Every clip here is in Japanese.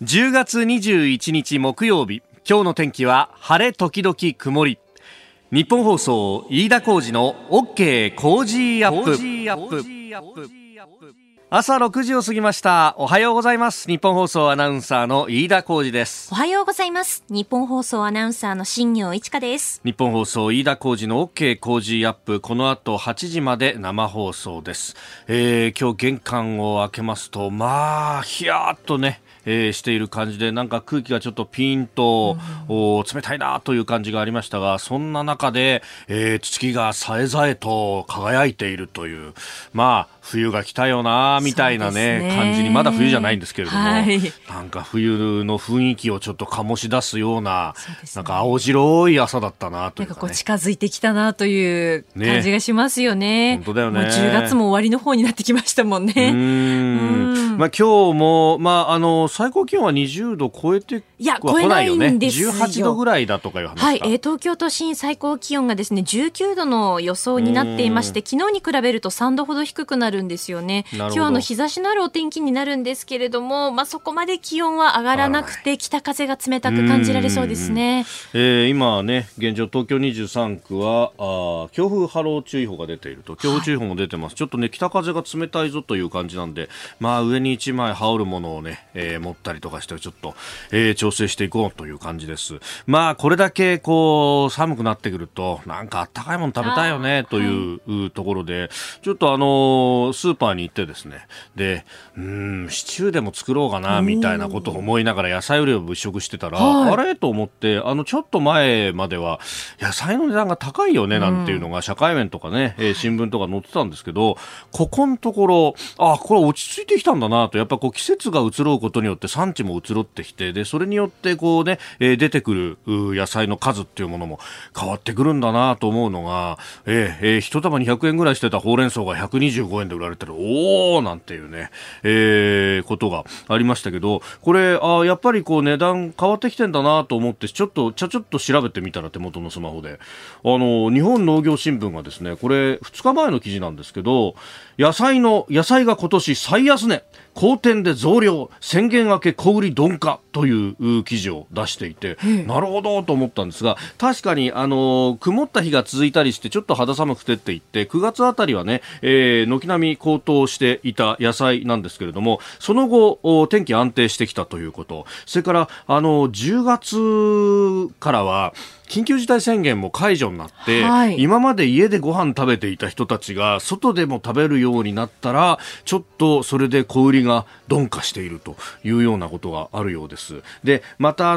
10月21日木曜日、今日の天気は晴れ時々曇り。日本放送飯田浩司の OK コージーアップ。朝6時を過ぎました。おはようございます。日本放送アナウンサーの飯田浩司です。 おはようございます。日本放送アナウンサーの新業一華です。 日本放送飯田浩司の OK コージーアップ、この後8時まで生放送です。今日玄関を開けますとヒヤーっとねしている感じで、なんか空気がちょっとピーンと、冷たいなという感じがありましたが、そんな中で、月がさえざえと輝いているという、冬が来たよなみたいなね感じに、まだ冬じゃないんですけれども、なんか冬の雰囲気をちょっと醸し出すような、なんか青白い朝だったなというか、ね、 なんかこう近づいてきたなという感じがしますよね。 本当だよね。 もう10月も終わりの方になってきましたもんね。 今日も最高気温は20度超えては来ないよね。18度ぐらいだとかいう話か。 はい、東京都心最高気温がですね19度の予想になっていまして、昨日に比べると3度ほど低くなるんですよね。今日は日差しのあるお天気になるんですけれども、そこまで気温は上がらなくて、北風が冷たく感じられそうですね。 今ね、現状東京23区は強風波浪注意報が出ていると。強風注意報も出てます。ちょっとね、北風が冷たいぞという感じなんで、上に1枚羽織るものをね、持ったりとかしてちょっと、調整していこうという感じです。これだけこう寒くなってくると、なんかあったかいもの食べたいよねというところで、ちょっとスーパーに行ってですね、でシチューでも作ろうかなみたいなことを思いながら野菜売りを物色してたら、あれと思って、ちょっと前までは野菜の値段が高いよねなんていうのが社会面とかね、新聞とか載ってたんですけど、ここのところこれ落ち着いてきたんだなと。やっぱこう季節が移ろうことによって産地も移ろってきて、でそれによってこうね、出てくる野菜の数っていうものも変わってくるんだなと思うのが、一束200円ぐらいしてたほうれん草が125円で売られてる、おーなんていうね、ことがありましたけど、これやっぱりこう値段変わってきてんだなと思って、ちょっと調べてみたら、手元のスマホで日本農業新聞がですね、これ2日前の記事なんですけど、野菜が今年最安値、好転で増量、宣言明け小売鈍化という記事を出していて、なるほどと思ったんですが、確かに曇った日が続いたりしてちょっと肌寒くてって言って、9月あたりはね、軒並み高騰していた野菜なんですけれども、その後天気安定してきたということ、それから10月からは緊急事態宣言も解除になって、今まで家でご飯食べていた人たちが外でも食べるようになったら、ちょっとそれで小売りが鈍化しているというようなことがあるようです。でまた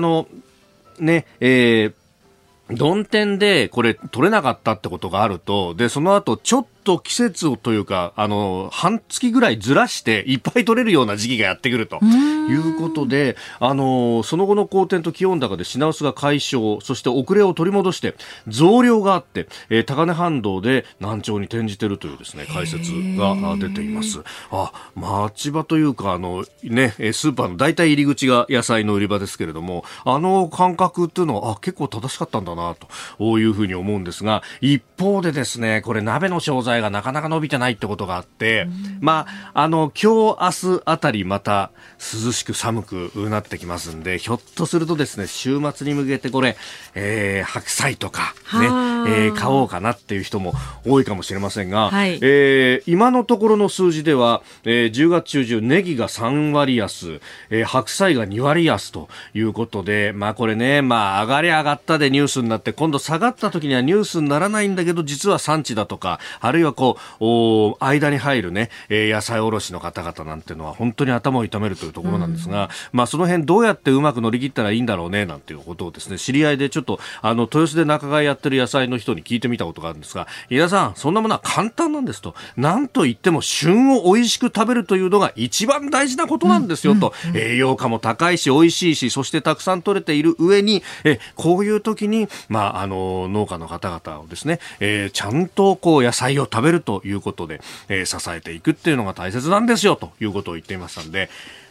曇天でこれ取れなかったってことがあると、でその後ちょっと季節をというか半月ぐらいずらしていっぱい取れるような時期がやってくるということで、その後の好転と気温高で品薄が解消、そして遅れを取り戻して増量があって、高値反動で難聴に転じているというですね、解説が出ています。町場というかスーパーの大体入り口が野菜の売り場ですけれども、感覚っていうのは結構正しかったんだなというふうに思うんですが、一方でですね、これ鍋の商材がなかなか伸びてないってことがあって、今日明日あたりまた涼しく寒くなってきますんで、ひょっとするとですね、週末に向けてこれ、白菜とかね、買おうかなっていう人も多いかもしれませんが、今のところの数字では、10月中旬ネギが3割安、白菜が2割安ということで、これね、上がり上がったでニュースになって、今度下がった時にはニュースにならないんだけど、実は産地だとか、あるいは間に入るね、野菜卸の方々なんていうのは本当に頭を痛めるというところなんですが、その辺どうやってうまく乗り切ったらいいんだろうねなんていうことをですね、知り合いでちょっと豊洲で仲買やってる野菜の人に聞いてみたことがあるんですが、皆さんそんなものは簡単なんですと、なんといっても旬を美味しく食べるというのが一番大事なことなんですよと、栄養価も高いし美味しいし、そしてたくさん取れている上に、こういう時に農家の方々をですね、ちゃんと野菜を食べるということで、支えていくっていうのが大切なんですよということを言っていましたので、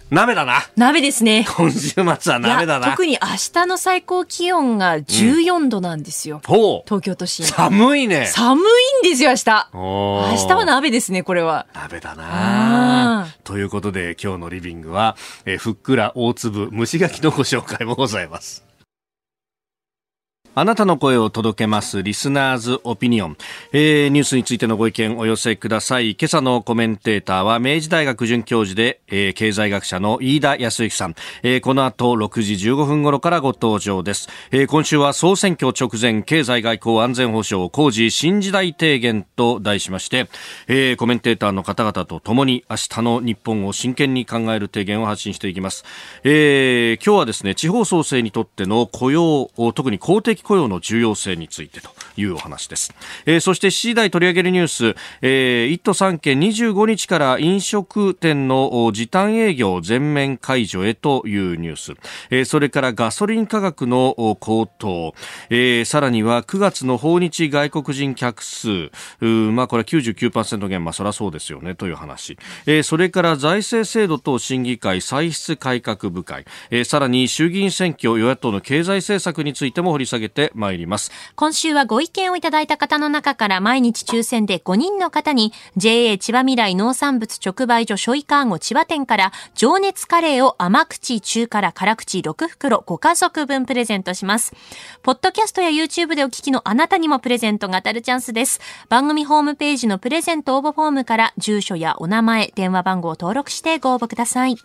鍋だな。 鍋ですね。 今週末は鍋だな。 特に明日の最高気温が14度なんですよ。東京都心。 寒いね。 寒いんですよ、明日。明日は鍋ですね、これは。 鍋だな。ということで、今日のリビングは、ふっくら大粒蒸し柿のご紹介もございます。あなたの声を届けますリスナーズオピニオン、ニュースについてのご意見お寄せください。今朝のコメンテーターは明治大学准教授で、経済学者の飯田康之さん、この後6時15分頃からご登場です。今週は総選挙直前経済外交安全保障工事新時代提言と題しまして、コメンテーターの方々とともに明日の日本を真剣に考える提言を発信していきます。今日はですね、地方創生にとっての雇用、特に公的雇用の重要性についてというお話です。そして7時台取り上げるニュース、1都3県25日から飲食店の時短営業全面解除へというニュース、それからガソリン価格の高騰、さらには9月の訪日外国人客数、これは 99% 減、そりゃそうですよねという話、それから財政制度等審議会歳出改革部会、さらに衆議院選挙与野党の経済政策についても掘り下げてまいります。 今週はご意見をいただいた方の中から毎日抽選で5人の方に JA 千葉未来農産物直売所ショイカーゴ千葉店から情熱カレーを甘口中辛辛口6袋ご家族分プレゼントします。ポッドキャストや YouTube でお聞きのあなたにもプレゼントが当たるチャンスです。番組ホームページのプレゼント応募フォームから住所やお名前、電話番号を登録してご応募ください。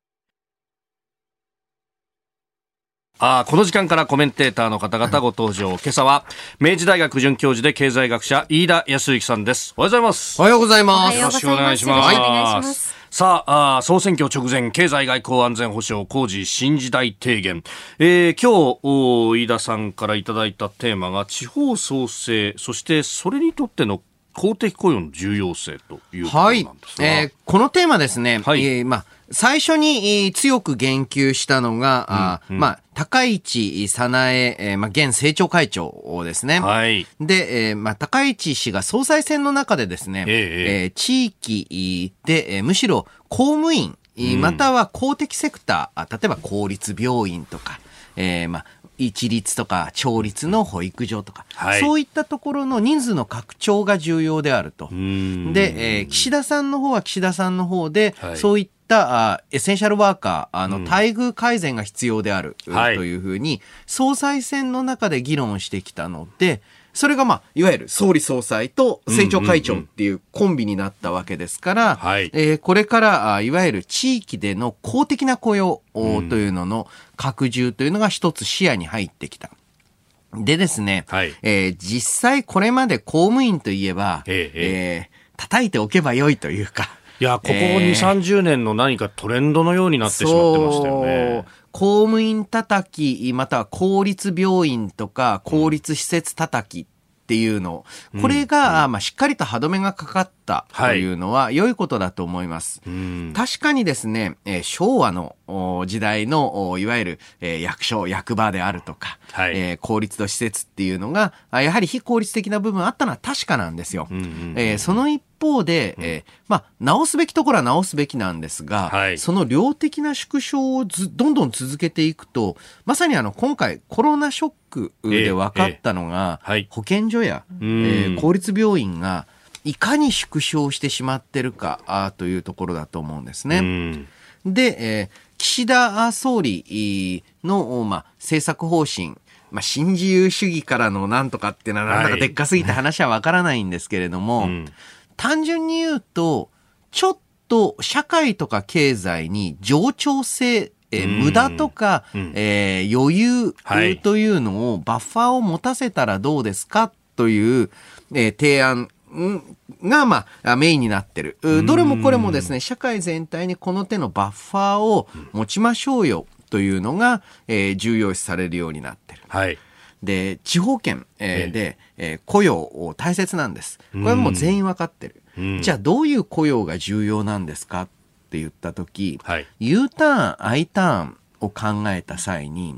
この時間からコメンテーターの方々ご登場。今朝は明治大学准教授で経済学者飯田康之さんです。おはようございます。 おはようございます。 よろしくお願いします。さあ、総選挙直前経済外交安全保障工事新時代提言、今日飯田さんからいただいたテーマが地方創生、そしてそれにとっての公的雇用の重要性ということなんですが、 このテーマですね、最初に強く言及したのが、高市早苗、現政調会長ですね。 はい。 で、高市氏が総裁選の中でですね、地域で、むしろ公務員、または公的セクター、例えば公立病院とか、一律とか町立の保育所とか、そういったところの人数の拡張が重要であると。で、岸田さんの方は岸田さんの方で、そういったエッセンシャルワーカーの待遇改善が必要である、というふうに総裁選の中で議論してきたので、それがいわゆる総理総裁と政調会長っていうコンビになったわけですから、これからいわゆる地域での公的な雇用というのの拡充というのが一つ視野に入ってきた。でですね、実際これまで公務員といえば、叩いておけばよいというか、 いや、ここ2、30年の何かトレンドのようになってしまってましたよね。 公務員叩き、または公立病院とか公立施設叩きっていうの、これが、しっかりと歯止めがかかったというのは良いことだと思います。確かにですね、昭和の時代のいわゆる役所、役場であるとか、公立の施設っていうのがやはり非効率的な部分あったのは確かなんですよ。その一方で、直すべきところは直すべきなんですが、その量的な縮小をどんどん続けていくと、まさに今回コロナショックで分かったのが、保健所や、公立病院がいかに縮小してしまってるかというところだと思うんですね。で、岸田総理の、政策方針、新自由主義からのなんとかっていうのはなんだかでっかすぎて話はわからないんですけれども、単純に言うと、ちょっと社会とか経済に冗長性、無駄とか、余裕というのをバッファーを持たせたらどうですかという、提案がメインになってる。どれもこれもですね、社会全体にこの手のバッファーを持ちましょうよというのが、重要視されるようになってる。で、地方圏、で、雇用大切なんです。これはもう全員わかってる。じゃあどういう雇用が重要なんですかって言ったとき、U ターン、I ターンを考えた際に、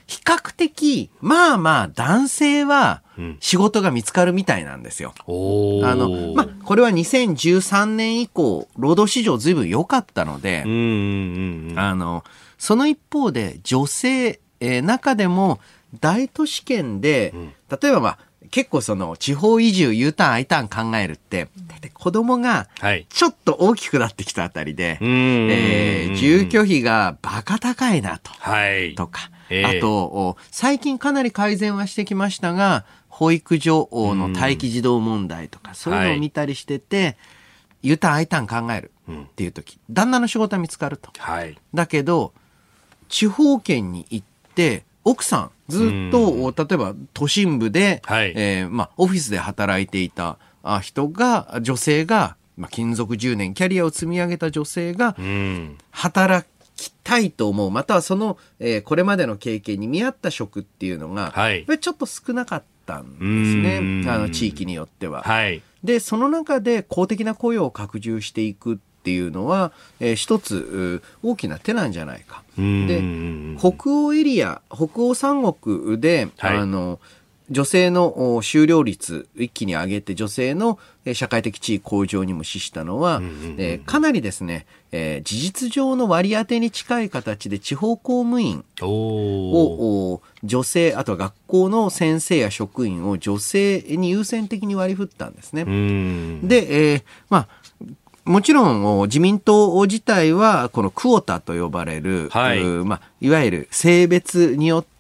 比較的、まあ男性は仕事が見つかるみたいなんですよ。これは2013年以降、労働市場ずいぶん良かったので、その一方で女性、中でも大都市圏で、例えば結構その地方移住 U ターン I ターン考えるって、大体子供がちょっと大きくなってきたあたりで、住居費がバカ高いなとか、あと最近かなり改善はしてきましたが、保育所の待機児童問題とかそういうのを見たりしてて、U ターン I ターン考えるっていう時、旦那の仕事は見つかると。だけど地方圏に行って奥さんずっと例えば都心部で、オフィスで働いていた女性が、勤続10年キャリアを積み上げた女性が働きたいと思う、またはその、これまでの経験に見合った職っていうのが、ちょっと少なかったんですね、地域によっては。でその中で公的な雇用を拡充していくっていうのは、一つ大きな手なんじゃないか。で北欧エリア、北欧三国で、女性の就労率一気に上げて女性の社会的地位向上にも資したのは、かなりですね、事実上の割り当てに近い形で地方公務員を女性、あとは学校の先生や職員を女性に優先的に割り振ったんですね。で、もちろん自民党自体はこのクオータと呼ばれる、いわゆる性別によって、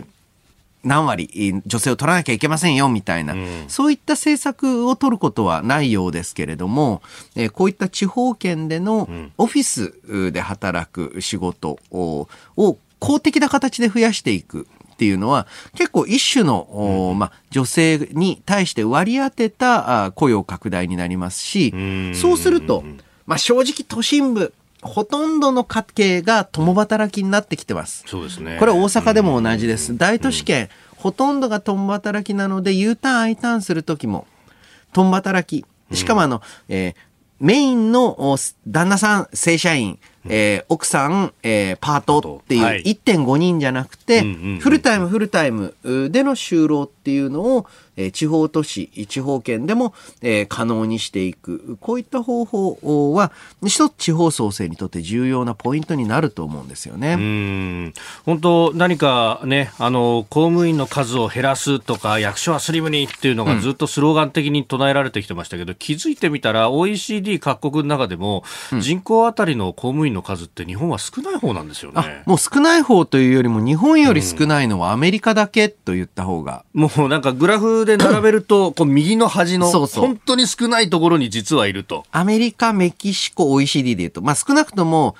何割女性を取らなきゃいけませんよみたいな、そういった政策を取ることはないようですけれども、こういった地方圏でのオフィスで働く仕事を公的な形で増やしていくっていうのは結構一種の、女性に対して割り当てた雇用拡大になりますし、そうすると、正直都心部ほとんどの家計が共働きになってきてます。 そうですね。 これは大阪でも同じです。大都市圏、ほとんどが共働きなので U ターン I ターンするときも共働き、しかもメインの旦那さん正社員、奥さん、パートっていう 1.5 人じゃなくて、フルタイムでの就労っていうのを、地方都市、地方圏でも、可能にしていく。こういった方法は一つ地方創生にとって重要なポイントになると思うんですよね。 本当何かね、公務員の数を減らすとか役所はスリムにっていうのがずっとスローガン的に唱えられてきてましたけど、気づいてみたら OECD 各国の中でも人口あたりの公務員の数って日本は少ない方なんですよね。 もう少ない方というよりも日本より少ないのはアメリカだけと言った方が、 もうなんかグラフで並べるとこう右の端の本当に少ないところに実はいると。 アメリカ、メキシコ、OECD でいうと、少なくとも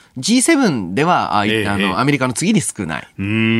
G7 ではアメリカの次に少ない。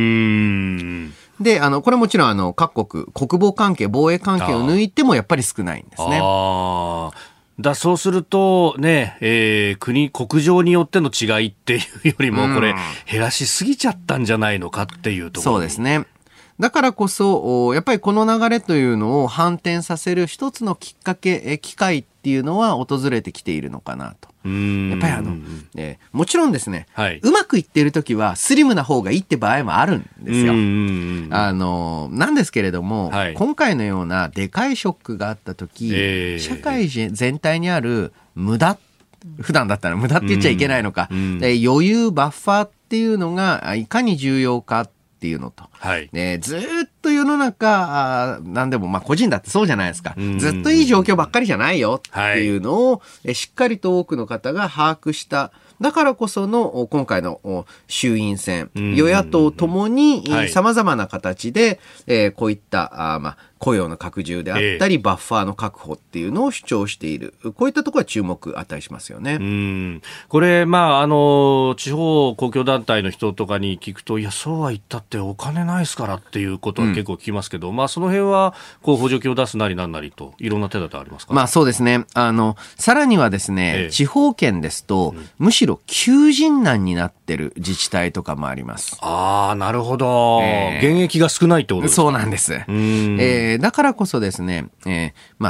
で、これもちろん各国国防関係、防衛関係を抜いてもやっぱり少ないんですね。 そうするとね、国情によっての違いっていうよりもこれ減らしすぎちゃったんじゃないのかっていうところ。 そうですね。だからこそやっぱりこの流れというのを反転させる一つのきっかけ、機会っていうのは訪れてきているのかなと。やっぱりもちろんですね、うまくいっているときはスリムな方がいいって場合もあるんですよ。なんですけれども、今回のようなでかいショックがあったとき、社会全体にある無駄、普段だったら無駄って言っちゃいけないのか、余裕バッファーっていうのがいかに重要かっていうのと、ずっと世の中何でも個人だってそうじゃないですか、ずっといい状況ばっかりじゃないよっていうのを、しっかりと多くの方が把握した。だからこその今回の衆院選、与野党ともに様々な形でこういった雇用の拡充であったり、バッファーの確保っていうのを主張している。こういったところは注目値しますよね。 これ、地方公共団体の人とかに聞くと、いや、そうは言ったってお金ないですからっていうことは結構聞きますけど、その辺は、補助金を出すなりなんなりと、いろんな手立てありますか？ そうですね。さらにはですね、地方圏ですと、むしろ求人難になってる自治体とかもあります。 なるほど。現役が少ないってことですか？ そうなんです。だからこそですね、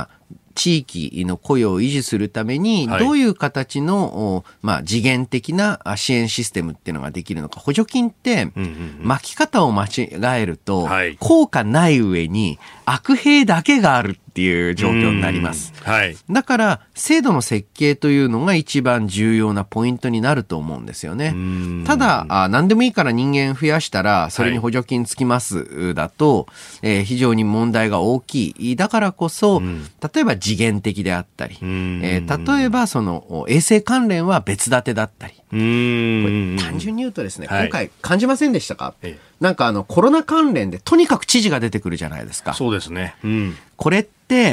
地域の雇用を維持するために、どういう形の、次元的な支援システムっていうのができるのか。補助金って、巻き方を間違えると、効果ない上に悪弊だけがあるっていう状況になります。だから、制度の設計というのが一番重要なポイントになると思うんですよね。ただ、何でもいいから人間増やしたら、それに補助金つきますだと、非常に問題が大きい。だからこそ、例えば次元的であったり、例えばその衛生関連は別立てだったり、これ単純に言うとですね、今回感じませんでしたか？なんかコロナ関連でとにかく知事が出てくるじゃないですか。 そうですね。 これって、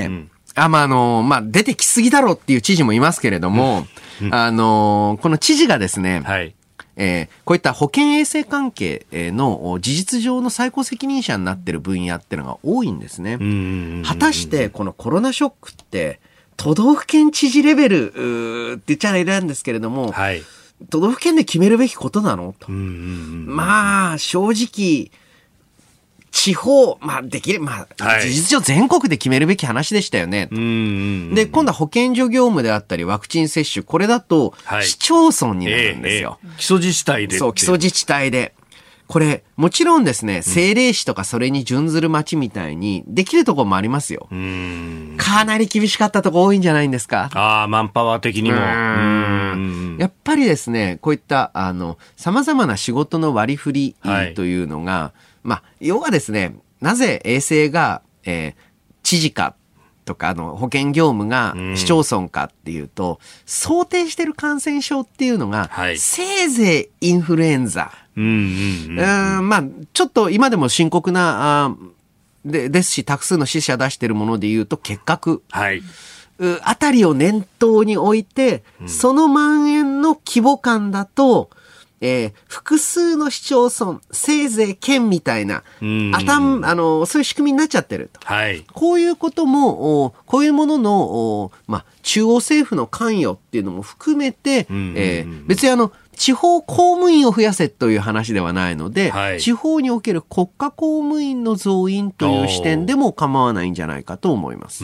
出てきすぎだろうっていう知事もいますけれども、この知事がですね、こういった保健衛生関係の事実上の最高責任者になっている分野っていうのが多いんですね。果たしてこのコロナショックって都道府県知事レベルって言っちゃあれなんですけれども、都道府県で決めるべきことなのと。正直地方、できる、事実上全国で決めるべき話でしたよね。で、今度は保健所業務であったり、ワクチン接種、これだと、市町村になるんですよ。 基礎自治体で。 そう、基礎自治体で。これ、もちろんですね、政令市とかそれに準ずる町みたいに、できるところもありますよ。かなり厳しかったところ多いんじゃないんですか？ マンパワー的にも。 やっぱりですね、こういった、様々な仕事の割り振りというのが、要はですね、なぜ衛生が、知事かとか、保健業務が市町村かっていうと、想定してる感染症っていうのが、せいぜいインフルエンザ。ちょっと今でも深刻な、ですし、多数の死者出してるもので言うと、結核。あたりを念頭に置いて、その蔓延の規模感だと、複数の市町村、せいぜい県みたいな、そういう仕組みになっちゃってると。こういうことも、こういうものの、中央政府の関与っていうのも含めて、別に地方公務員を増やせという話ではないので、地方における国家公務員の増員という視点でも構わないんじゃないかと思います。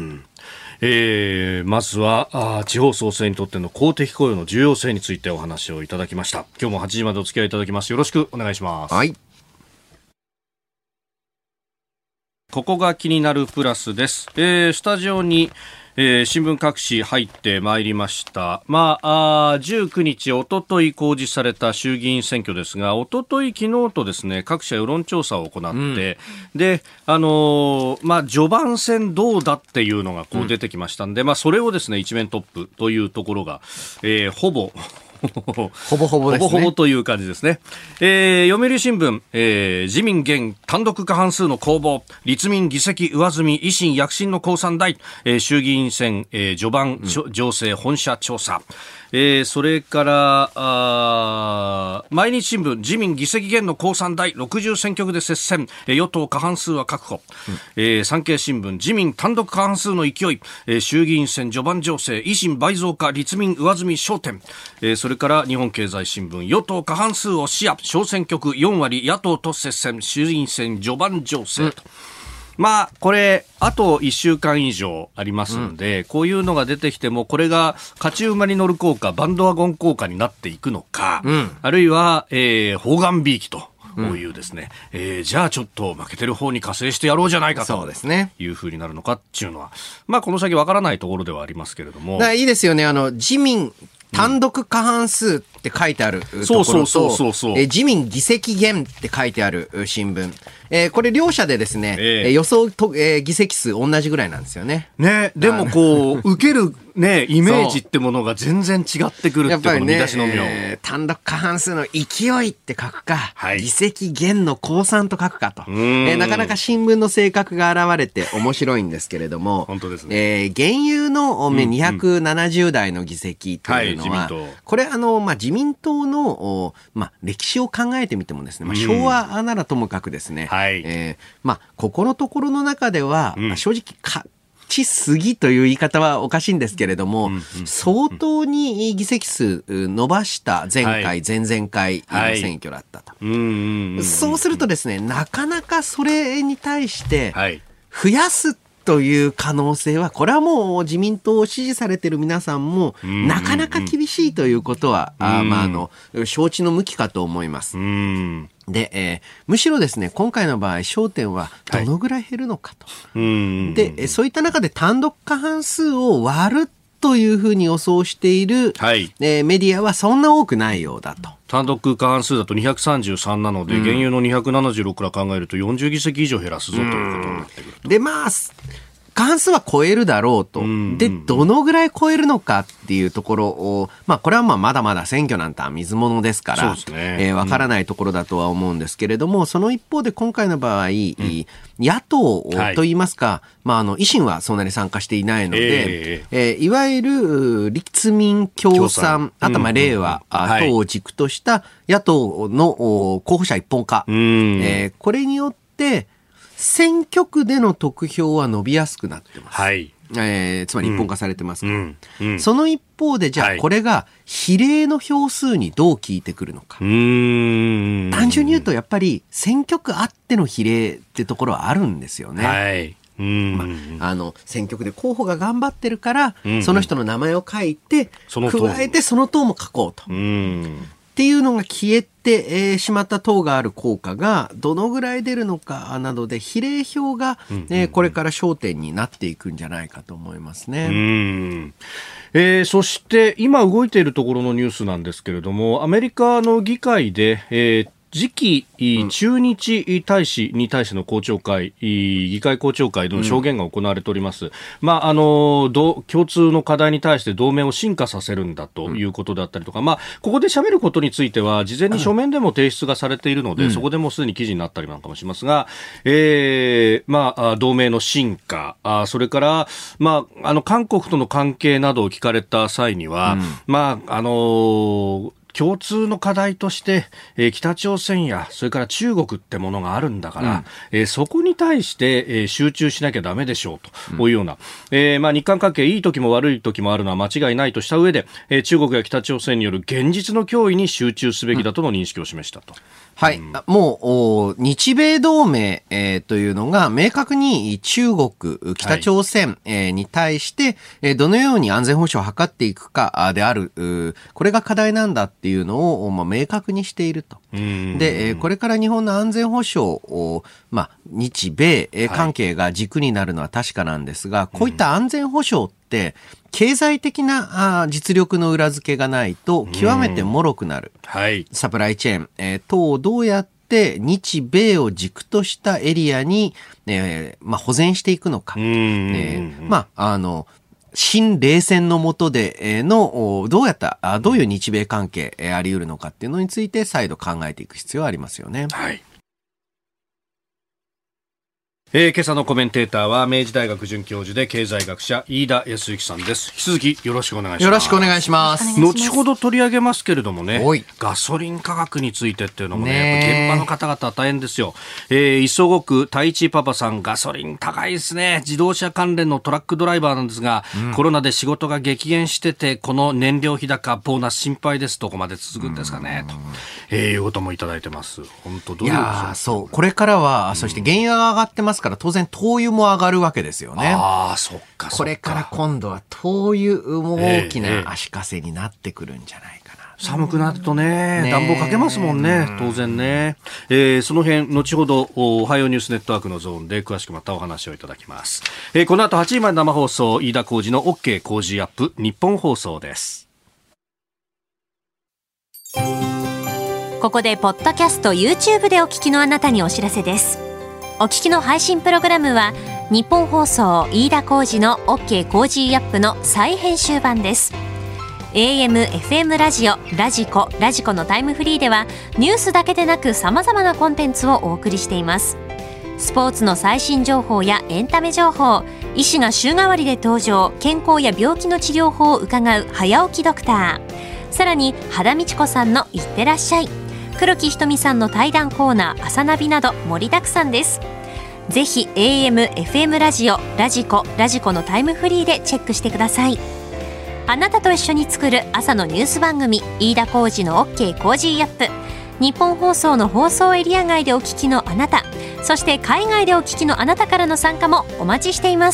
まずは地方創生にとっての公的雇用の重要性についてお話をいただきました。今日も8時までお付き合いいただきます。よろしくお願いします。ここが気になるプラスです。スタジオに新聞各紙入ってまいりました。19日おととい公示された衆議院選挙ですが、おととい昨日とですね、各社世論調査を行って、で、序盤戦どうだっていうのがこう出てきましたんで、それをですね、一面トップというところが、ほぼほぼほぼですね。 ほぼほぼという感じですね。読売新聞、自民現単独過半数の攻防、立民議席上積み、維新躍進の公算大、衆議院選、序盤、情勢本社調査。それから毎日新聞、自民議席減の公算大、60選挙区で接戦、与党過半数は確保。産経新聞、自民単独過半数の勢い、衆議院選序盤情勢、維新倍増か、立民上積み焦点。それから日本経済新聞、与党過半数を視野、小選挙区4割野党と接戦、衆院選序盤情勢と。これあと1週間以上ありますので、こういうのが出てきてもこれが勝ち馬に乗る効果、バンドワゴン効果になっていくのか、あるいは、砲丸びいきというですね、じゃあちょっと負けてる方に加勢してやろうじゃないかという風になるのかっていうのは、この先わからないところではありますけれども、 いいですよね。自民単独過半数って書いてあるところと、自民議席減って書いてある新聞。これ両者でですね、予想と、議席数同じぐらいなんですよね。 でもこう、受けるね、イメージってものが全然違ってくるってこの見出しの妙。 単独過半数の勢いって書くか、議席減の公算と書くかと。なかなか新聞の性格が現れて面白いんですけれども、 本当ですね。 現有の270代の議席というのは、これ自民党の、歴史を考えてみてもですね、昭和ならともかくですね、ここのところの中では、正直勝ちすぎという言い方はおかしいんですけれども、相当に議席数伸ばした前回、前々回の選挙だったと。そうするとですね、なかなかそれに対して増やすとという可能性は、これはもう自民党を支持されている皆さんもなかなか厳しいということは、承知の向きかと思います。で、むしろですね、今回の場合焦点はどのぐらい減るのかと、で、そういった中で単独過半数を割るというふうに予想している、メディアはそんな多くないようだと。 単独過半数だと233なので、現有の276から考えると40議席以上減らすぞということになってくると。 で、過半数は超えるだろうと。で、どのぐらい超えるのかっていうところを、これはまだまだ選挙なんて水物ですから、わからないところだとは思うんですけれども、その一方で今回の場合、野党といいますか、維新はそんなに参加していないので、いわゆる立民共産、あと令和等を軸とした野党の候補者一本化、これによって選挙区での得票は伸びやすくなってます。つまり一本化されてますから、その一方でじゃあこれが比例の票数にどう効いてくるのか。単純に言うとやっぱり選挙区あっての比例ってところはあるんですよね。選挙区で候補が頑張ってるから、その人の名前を書いて、加えてその党も書こうと。っていうのが消えてしまった党がある効果がどのぐらい出るのかなどで、比例票がこれから焦点になっていくんじゃないかと思いますね。 そして今動いているところのニュースなんですけれども、アメリカの議会で、次期駐日大使に対しての公聴会、議会公聴会の証言が行われております。共通の課題に対して同盟を進化させるんだということだったりとか、ここで喋ることについては事前に書面でも提出がされているので、そこでもうすでに記事になったりなんかもしますが、同盟の進化、それから、韓国との関係などを聞かれた際には、共通の課題として、北朝鮮やそれから中国ってものがあるんだから、そこに対して、集中しなきゃダメでしょうというような、日韓関係いい時も悪い時もあるのは間違いないとした上で、中国や北朝鮮による現実の脅威に集中すべきだとの認識を示したと。 もう日米同盟、というのが明確に中国、北朝鮮、に対して、どのように安全保障を図っていくかである、これが課題なんだっていうのを、明確にしていると。で、これから日本の安全保障を、日米関係が軸になるのは確かなんですが、こういった安全保障って経済的な実力の裏付けがないと極めて脆くなる。サプライチェーン、等をどうやって日米を軸としたエリアに、保全していくのか。新冷戦の下でのどういう日米関係あり得るのかっていうのについて再度考えていく必要はありますよね。 今朝のコメンテーターは明治大学准教授で経済学者飯田康之さんです。引き続きよろしくお願いします。 よろしくお願いします。 後ほど取り上げますけれどもね、ガソリン価格についてっていうのもね、やっぱ現場の方々大変ですよ。磯子区太一パパさん、ガソリン高いですね。自動車関連のトラックドライバーなんですが、コロナで仕事が激減してて、この燃料費高ボーナス心配です。どこまで続くんですかねと、いうこともいただいてます。本当どういうそうこれからは、そして原油が上がってますから当然灯油も上がるわけですよね。 そっか。 これから今度は灯油も大きな足かせになってくるんじゃないかな。 寒くなるとね、暖房かけますもんね、当然ね。その辺後ほどおはようニュースネットワークのゾーンで詳しくまたお話をいただきます。この後8時まで生放送、飯田浩司の OK 工事アップ日本放送です。 ここでポッドキャスト YouTube でお聞きのあなたにお知らせです。お聞きの配信プログラムは日本放送飯田浩司の OK 工事アップの再編集版です。 AM、FM ラジオ、ラジコのタイムフリーではニュースだけでなく様々なコンテンツをお送りしています。スポーツの最新情報やエンタメ情報、医師が週替わりで登場、健康や病気の治療法を伺う早起きドクター、さらに羽田美智子さんのいってらっしゃい、黒木ひとみさんの対談コーナー朝ナビなど盛りだくさんです。ぜひ AM、FM ラジオ、ラジコのタイムフリーでチェックしてください。あなたと一緒に作る朝のニュース番組、飯田浩司の OK 工事アップ。 日本放送の放送エリア外でお聞きのあなた、そして海外でお聞きのあなたからの参加もお待ちしています。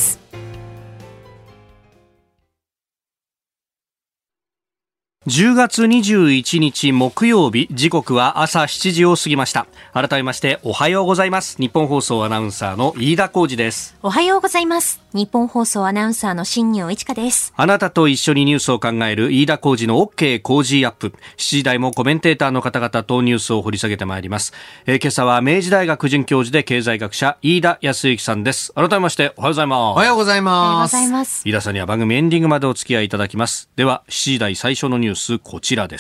10月21日木曜日、時刻は朝7時を過ぎました。改めましておはようございます。日本放送アナウンサーの飯田浩司です。 おはようございます。日本放送アナウンサーの新業一華です。 あなたと一緒にニュースを考える飯田浩司の OK 工事アップ。7時台もコメンテーターの方々とニュースを掘り下げてまいります。今朝は明治大学准教授で経済学者飯田康之さんです。改めましておはようございます。 おはようございます。 飯田さんには番組エンディングまでお付き合いいただきます。では7時台最初のニュース、こちらです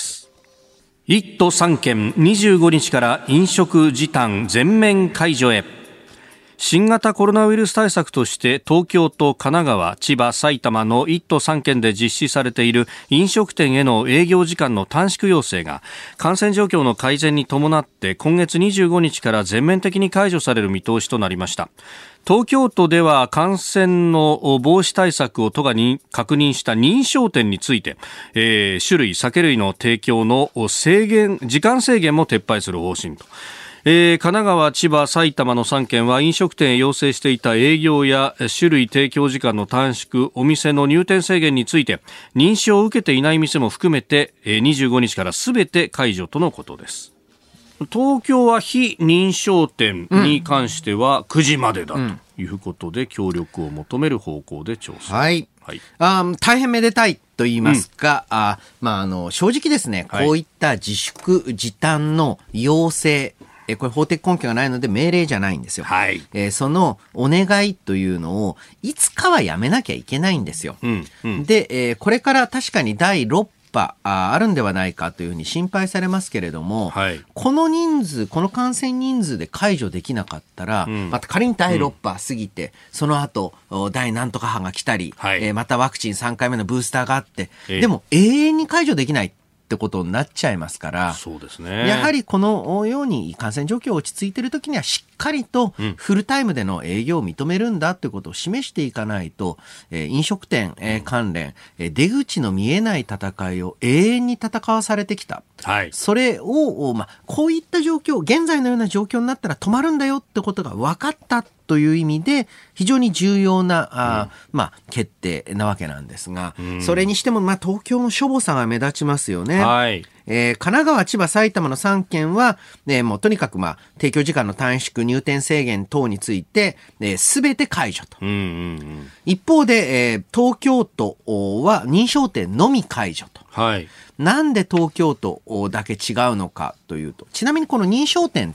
。1都3県25日から飲食時短全面解除へ。新型コロナウイルス対策として東京と神奈川、千葉、埼玉の1都3県で実施されている飲食店への営業時間の短縮要請が感染状況の改善に伴って今月25日から全面的に解除される見通しとなりました。東京都では感染の防止対策を都が確認した認証店について、酒類、酒類の提供の時間制限も撤廃する方針と。神奈川、千葉、埼玉の3県は飲食店へ要請していた営業や酒類提供時間の短縮、お店の入店制限について認証を受けていない店も含めて25日から全て解除とのことです。東京は非認証店に関しては9時までだということで協力を求める方向で調整。 はい。大変めでたいと言いますか、正直ですね、こういった自粛時短の要請、これ法的根拠がないので命令じゃないんですよ。 はい。 そのお願いというのをいつかはやめなきゃいけないんですよ。で、これから確かに第6波あるんではないかというふうに心配されますけれども、 はい、 この感染人数で解除できなかったら、また仮に第6波過ぎて、その後第何とか波が来たり、 はい、 またワクチン3回目のブースターがあって、でも永遠に解除できないってことになっちゃいますから、 そうですね。 やはりこのように感染状況が落ち着いているときにはしっかりとフルタイムでの営業を認めるんだということを示していかないと、飲食店関連出口の見えない戦いを永遠に戦わされてきた、 はい、 それを、こういった状況、現在のような状況になったら止まるんだよってことが分かったという意味で非常に重要な決定なわけなんですが、それにしても東京のしょぼさが目立ちますよね。 はい。 神奈川、千葉、埼玉の3県は、もうとにかく提供時間の短縮、入店制限等について全て解除と。一方で、東京都は認証店のみ解除と。 はい。 なんで東京都だけ違うのかというと、ちなみにこの認証店って、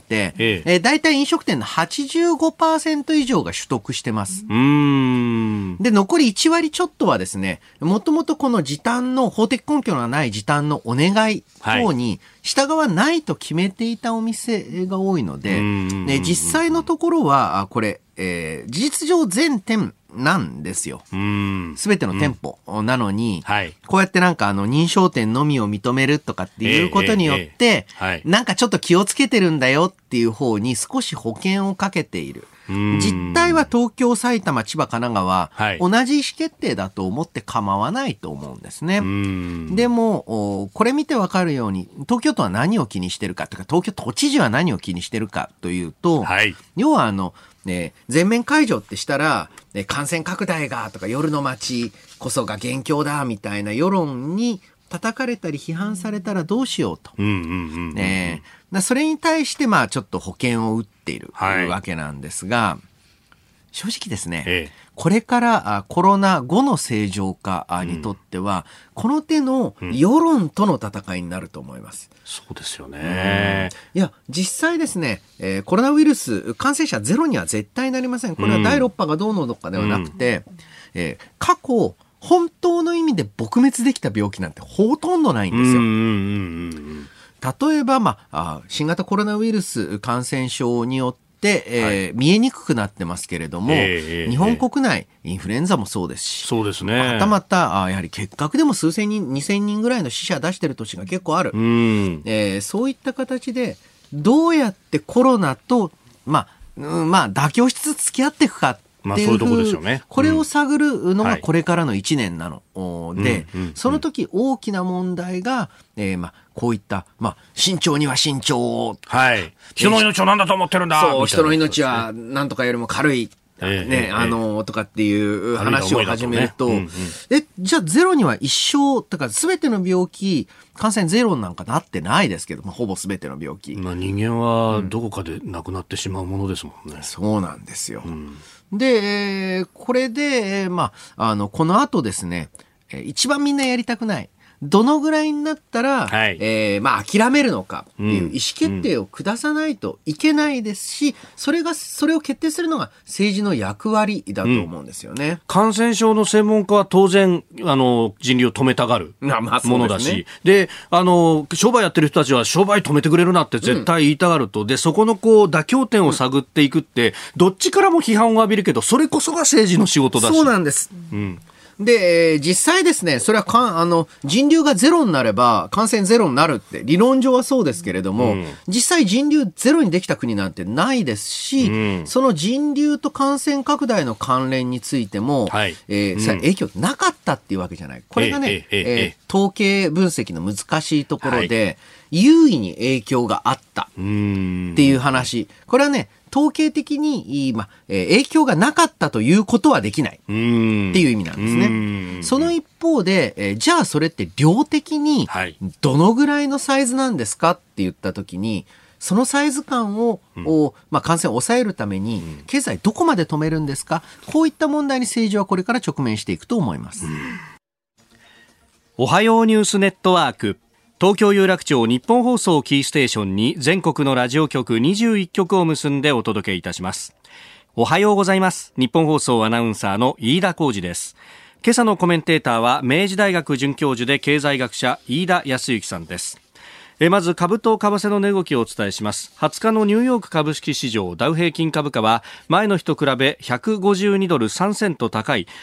大体飲食店の 85% 以上が取得してます。で、残り1割ちょっとはですね、もともとこの時短の、法的根拠のない時短のお願い等に従わないと決めていたお店が多いので、実際のところは、これ、事実上全店なんですよ。すべての店舗なのに、こうやって認証店のみを認めるとかっていうことによって、なんかちょっと気をつけてるんだよっていう方に少し保険をかけている。実態は東京、埼玉、千葉、神奈川、同じ意思決定だと思って構わないと思うんですね。でも、これ見てわかるように、東京都は何を気にしてるかというか、東京都知事は何を気にしてるかというと、要は全面解除ってしたら、感染拡大がとか夜の街こそが元凶だみたいな世論に叩かれたり批判されたらどうしようと。それに対してちょっと保険を打っているわけなんですが、正直ですね、これからコロナ後の正常化にとっては、この手の世論との戦いになると思います。 そうですよね。 いや、実際ですね、コロナウイルス感染者ゼロには絶対なりません。これは第6波がどうのとかではなくて、過去本当の意味で撲滅できた病気なんてほとんどないんですよ。例えば、新型コロナウイルス感染症によって見えにくくなってますけれども、日本国内インフルエンザもそうですし、 そうですね。 はたまたやはり結核でも数千人2000人ぐらいの死者出してる年が結構ある。そういった形でどうやってコロナと妥協しつつ付き合っていくかっていうこれを探るのがこれからの1年なので、その時大きな問題が、 こういった、慎重には慎重を。 はい。人の命を何だと思ってるんだ。 そう、人の命は何とかよりも軽い。とかっていう話を始めると、じゃあゼロには一生、だから全ての病気、感染ゼロなんかなってないですけど、ほぼ全ての病気。 人間はどこかで亡くなってしまうものですもんね。 そうなんですよ。で、これで、この後ですね、一番みんなやりたくない。どのぐらいになったら、諦めるのかっていう意思決定を下さないといけないですし、それを決定するのが政治の役割だと思うんですよね。 感染症の専門家は当然、人流を止めたがるものだし、で、商売やってる人たちは商売止めてくれるなって絶対言いたがると、で、そこの妥協点を探っていくって、どっちからも批判を浴びるけど、それこそが政治の仕事だし。 そうなんです。で、実際ですね、それは人流がゼロになれば感染ゼロになるって理論上はそうですけれども、実際人流ゼロにできた国なんてないですし、その人流と感染拡大の関連についても、影響なかったっていうわけじゃない。これがね、統計分析の難しいところで、優位に影響があったっていう話。これはね、統計的に、影響がなかったということはできないっていう意味なんですね。その一方で、じゃあそれって量的にどのぐらいのサイズなんですかって言ったときに、そのサイズ感を、感染を抑えるために経済どこまで止めるんですか、こういった問題に政治はこれから直面していくと思います。 おはようニュースネットワーク、東京有楽町日本放送キーステーションに全国のラジオ局21局を結んでお届けいたします。おはようございます。日本放送アナウンサーの飯田浩司です。今朝のコメンテーターは明治大学准教授で経済学者飯田康之さんです。まず株と為替の値動きをお伝えします。20日のニューヨーク株式市場ダウ平均株価は前の日と比べ152ドル3セント高い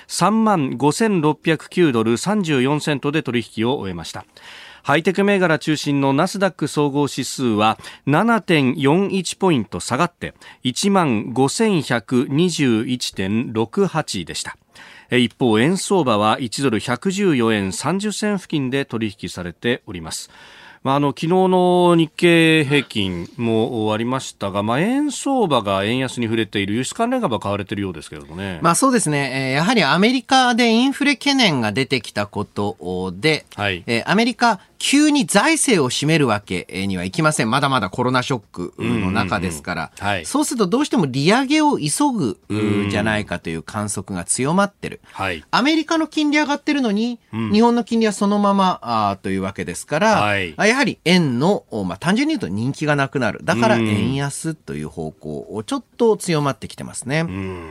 35,609 ドル34セントで取引を終えました。ハイテク銘柄中心のナスダック総合指数は 7.41 ポイント下がって15,121.68 でした。一方円相場は1ドル114円30銭付近で取引されております。昨日の日経平均もありましたが、円相場が円安に触れている、輸出関連株は買われているようですけれどもね。 そうですね。やはりアメリカでインフレ懸念が出てきたことで、アメリカ急に財政を占めるわけにはいきません。まだまだコロナショックの中ですから、そうするとどうしても利上げを急ぐじゃないかという観測が強まってる。アメリカの金利上がってるのに、日本の金利はそのままというわけですから、やはり円の、単純に言うと人気がなくなる。だから円安という方向をちょっと強まってきてますね。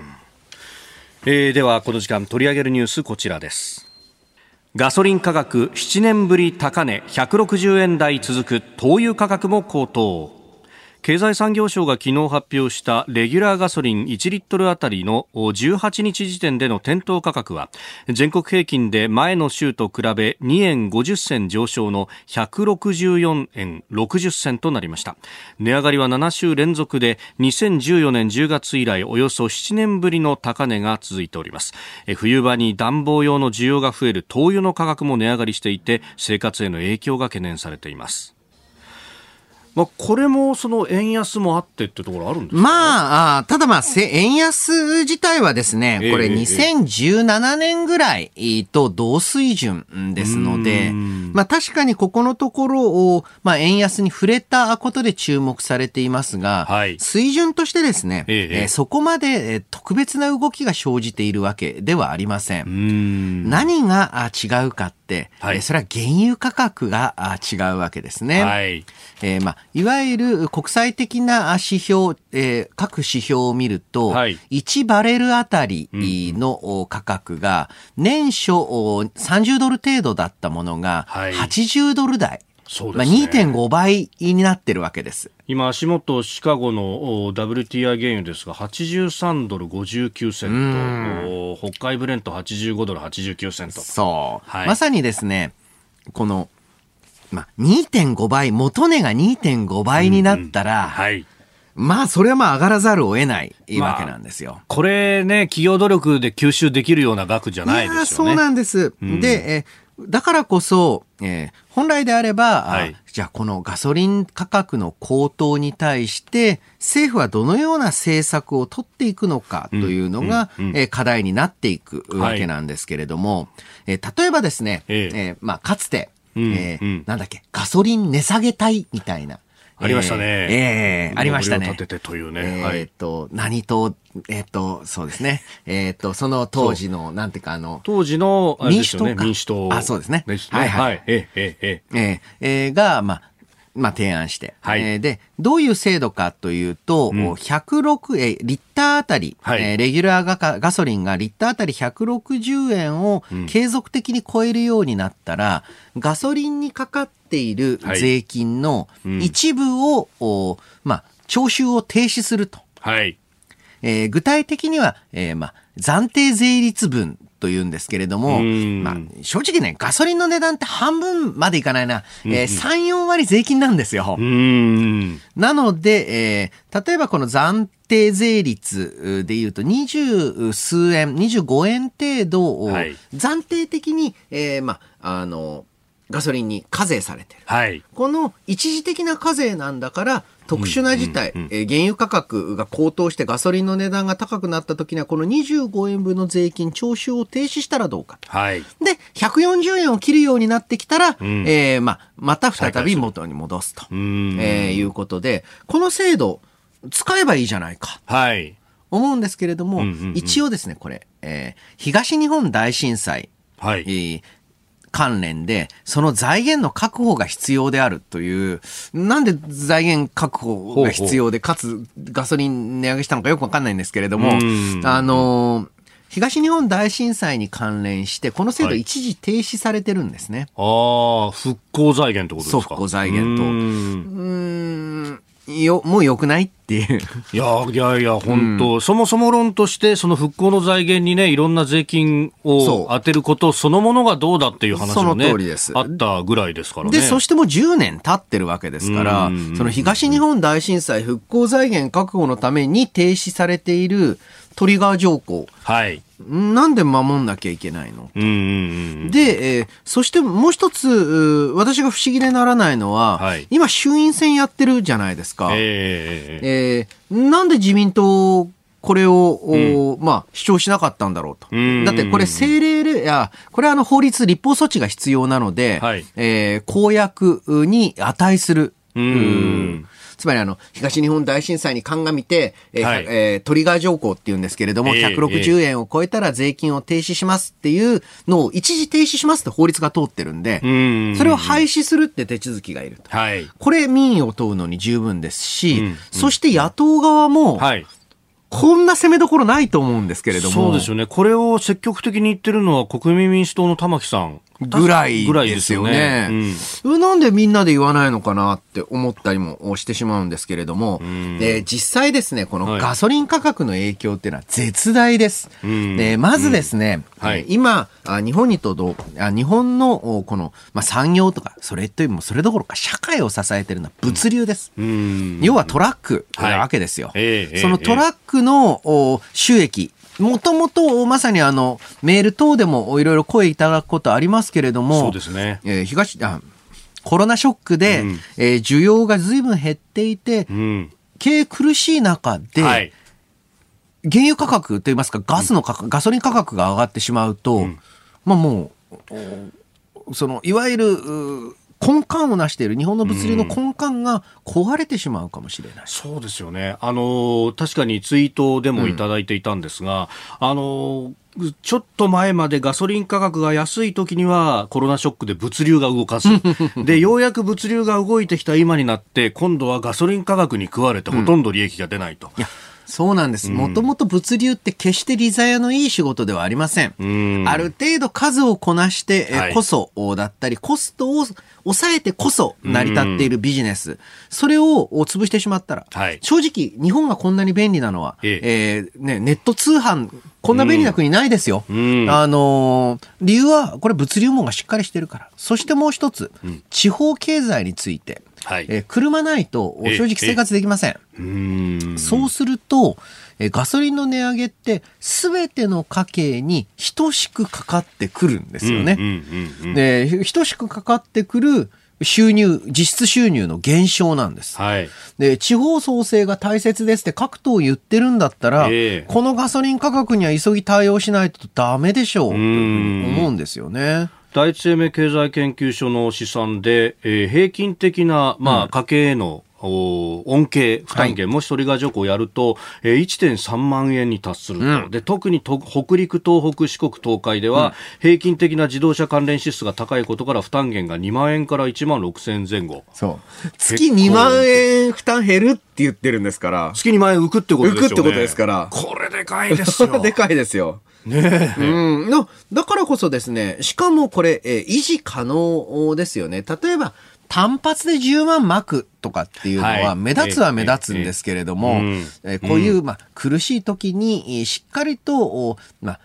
ではこの時間取り上げるニュースこちらです。ガソリン価格7年ぶり高値160円台続く。灯油価格も高騰。経済産業省が昨日発表したレギュラーガソリン1リットルあたりの18日時点での店頭価格は全国平均で前の週と比べ2円50銭上昇の164円60銭となりました。値上がりは7週連続で2014年10月以来およそ7年ぶりの高値が続いております。冬場に暖房用の需要が増える灯油の価格も値上がりしていて生活への影響が懸念されています。これもその円安もあってってところあるんですか？ ただ円安自体はですね、これ2017年ぐらいと同水準ですので、確かにここのところを、円安に触れたことで注目されていますが、水準としてですね、そこまで特別な動きが生じているわけではありません。何が違うかって、それは原油価格が違うわけですね。いわゆる国際的な指標、各指標を見ると、1バレルあたりの価格が年初30ドル程度だったものが80ドル台。2.5 倍になってるわけです。 今足元シカゴの WTI 原油ですが83ドル59セント、北海ブレント85ドル89セント。 そう、まさにですね、この2.5 倍、元値が 2.5 倍になったら、それは上がらざるを得ないわけなんですよ。 これね、企業努力で吸収できるような額じゃないですよね。 そうなんです。で、 だからこそ、本来であれば、 はい、 じゃあこのガソリン価格の高騰に対して政府はどのような政策を取っていくのかというのが、課題になっていくわけなんですけれども、例えばですね、かつて、なんだっけ、ガソリン値下げ隊みたいな、 ありましたね。 ありましたね。 立ててというね。 何党、そうですね。その当時の、なんていうか当時の、 民主党か。 民主党。 あ、そうですね。 はいはい。 が、提案して。はい。で、どういう制度かというと、リッターあたり、レギュラーガソリンがリッターあたり160円を継続的に超えるようになったら、ガソリンにかかっている税金の一部を、徴収を停止すると。 はい。 具体的には、暫定税率分というんですけれども、正直ね、ガソリンの値段って半分までいかないな、3、4割税金なんですよ。なので、例えばこの暫定税率でいうと20数円、25円程度を暫定的に、ガソリンに課税されてる。はい、この一時的な課税なんだから、特殊な事態、原油価格が高騰してガソリンの値段が高くなった時にはこの25円分の税金徴収を停止したらどうか、はい、で140円を切るようになってきたら、また再び元に戻すと、いうことで、この制度使えばいいじゃないか、はい、思うんですけれども、一応ですねこれ、東日本大震災、はい関連でその財源の確保が必要であるという、なんで財源確保が必要でかつガソリン値上げしたのかよくわかんないんですけれども、東日本大震災に関連してこの制度一時停止されてるんですね。 復興財源ってことですか。 そう、復興財源ともう良くないっていう。 いや、本当、そもそも論として、その復興の財源にね、いろんな税金を当てることそのものがどうだっていう話もね、あったぐらいですからね。 で、そしてもう10年経ってるわけですから、その東日本大震災復興財源確保のために停止されているトリガー条項。はい。なんで守んなきゃいけないの？で、そしてもう一つ、私が不思議でならないのは、今衆院選やってるじゃないですか。なんで自民党、これを、主張しなかったんだろうと。だってこれ政令で、これは法律、立法措置が必要なので、公約に値する。つまり東日本大震災に鑑みて、トリガー条項っていうんですけれども、160円を超えたら税金を停止しますっていうのを一時停止しますって法律が通ってるんで、それを廃止するって手続きがいると。これ民意を問うのに十分ですし、そして野党側も、こんな攻めどころないと思うんですけれども。 そうですよね。これを積極的に言ってるのは国民民主党の玉木さんぐらいですよね。なんでみんなで言わないのかなって思ったりもしてしまうんですけれども、実際ですね、このガソリン価格の影響っていうのは絶大です。まずですね、今、日本のこの、産業とか、それというもそれどころか社会を支えているのは物流です。要はトラックなわけですよ。そのトラックの収益、もともとまさにメール等でもいろいろ声いただくことありますけれども、 そうですね。 コロナショックで、需要がずいぶん減っていて、経営苦しい中で、原油価格といいますかガソリン価格が上がってしまうと、もういわゆる根幹をなしている日本の物流の根幹が壊れてしまうかもしれない。 そうですよね。確かにツイートでもいただいていたんですが、ちょっと前までガソリン価格が安い時にはコロナショックで物流が動かずで、ようやく物流が動いてきた今になって今度はガソリン価格に食われてほとんど利益が出ないと。 そうなんです。もともと物流って決して利ざやのいい仕事ではありません。ある程度数をこなしてこそだったり、コストを抑えてこそ成り立っているビジネス。それを潰してしまったら、正直日本がこんなに便利なのは、ネット通販、こんな便利な国ないですよ。理由はこれ物流網がしっかりしてるから。そしてもう一つ、地方経済について。車ないと正直生活できません。そうすると、 ガソリンの値上げって全ての家計に等しくかかってくるんですよね。で、等しくかかってくる収入、実質収入の減少なんです。 はい。 で、地方創生が大切ですって各党言ってるんだったら、このガソリン価格には急ぎ対応しないとダメでしょうというふうに思うんですよね。 第一生命経済研究所の試算で、平均的な、家計への恩恵、負担減、もしトリガー条項をやると、1.3 万円に達すると。で、特に北陸、東北、四国、東海では、平均的な自動車関連支出が高いことから負担減が2万円から1万6千前後。 そう。月2万円負担減るって言ってるんですから。 月2万円浮くってことですよね。 浮くってことですから。 これでかいですよ。 でかいですよ。 ねえ。だからこそですね、しかもこれ、維持可能ですよね。例えば、単発で10万巻くとかっていうのは目立つは目立つんですけれども、こういう苦しい時にしっかりと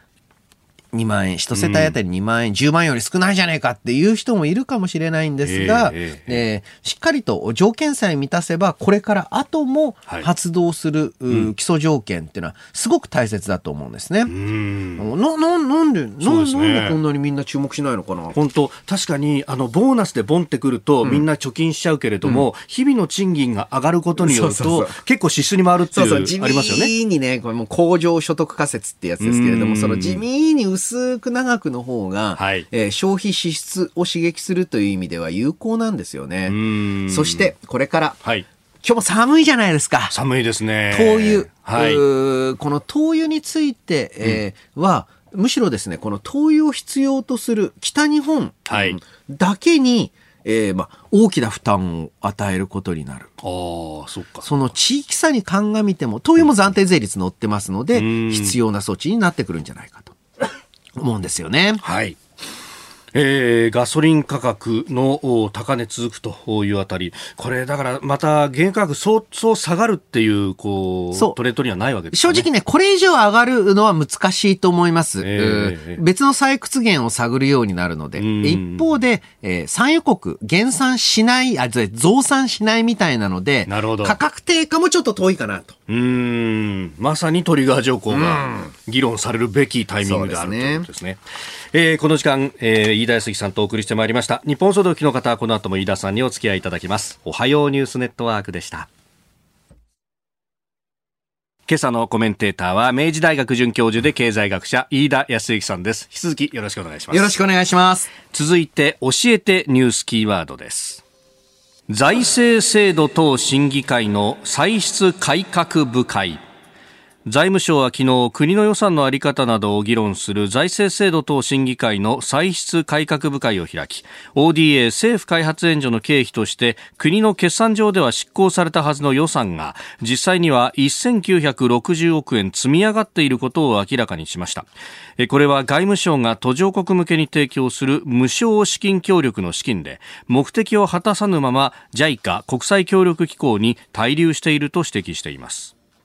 2万円、一世帯当たり2万円、10万円より少ないじゃねえかっていう人もいるかもしれないんですが、しっかりと条件さえ満たせば、これから後も発動する、基礎条件っていうのはすごく大切だと思うんですね。なんでこんなにみんな注目しないのかな。 本当、確かにボーナスでボンってくると、みんな貯金しちゃうけれども、日々の賃金が上がることによると、結構支出に回るっていう、ありますよね。 地味にね、これもう控除所得仮説ってやつですけれども、その地味に薄く長くの方が、消費支出を刺激するという意味では有効なんですよね。そしてこれから、今日も寒いじゃないですか。 寒いですね。 灯油、この灯油について、はむしろですね、この灯油を必要とする北日本だけに、大きな負担を与えることになる。 そっか。 その地域差に鑑みても、灯油も暫定税率乗ってますので、必要な措置になってくるんじゃないかと思うんですよね。 はい。ガソリン価格の高値続くというあたり、これだからまた原油価格そう下がるっていうトレンドにはないわけですね。 正直ね、これ以上上がるのは難しいと思います。別の採掘源を探るようになるので、一方で、産油国減産しない、増産しないみたいなので、 なるほど。 価格低下もちょっと遠いかなと。 まさにトリガー条項が議論されるべきタイミングであるということですね。この時間、飯田康之さんとお送りしてまいりました。日本総動機の方はこの後も飯田さんにお付き合いいただきます。おはようニュースネットワークでした。今朝のコメンテーターは明治大学准教授で経済学者飯田康之さんです。引き続きよろしくお願いします。 よろしくお願いします。 続いて教えてニュースキーワードです。財政制度等審議会の歳出改革部会。財務省は昨日、国の予算の在り方などを議論する財政制度等審議会の歳出改革部会を開き、ODA 政府開発援助の経費として国の決算上では執行されたはずの予算が実際には1960億円積み上がっていることを明らかにしました。これは外務省が途上国向けに提供する無償資金協力の資金で、目的を果たさぬまま JICA 国際協力機構に滞留していると指摘しています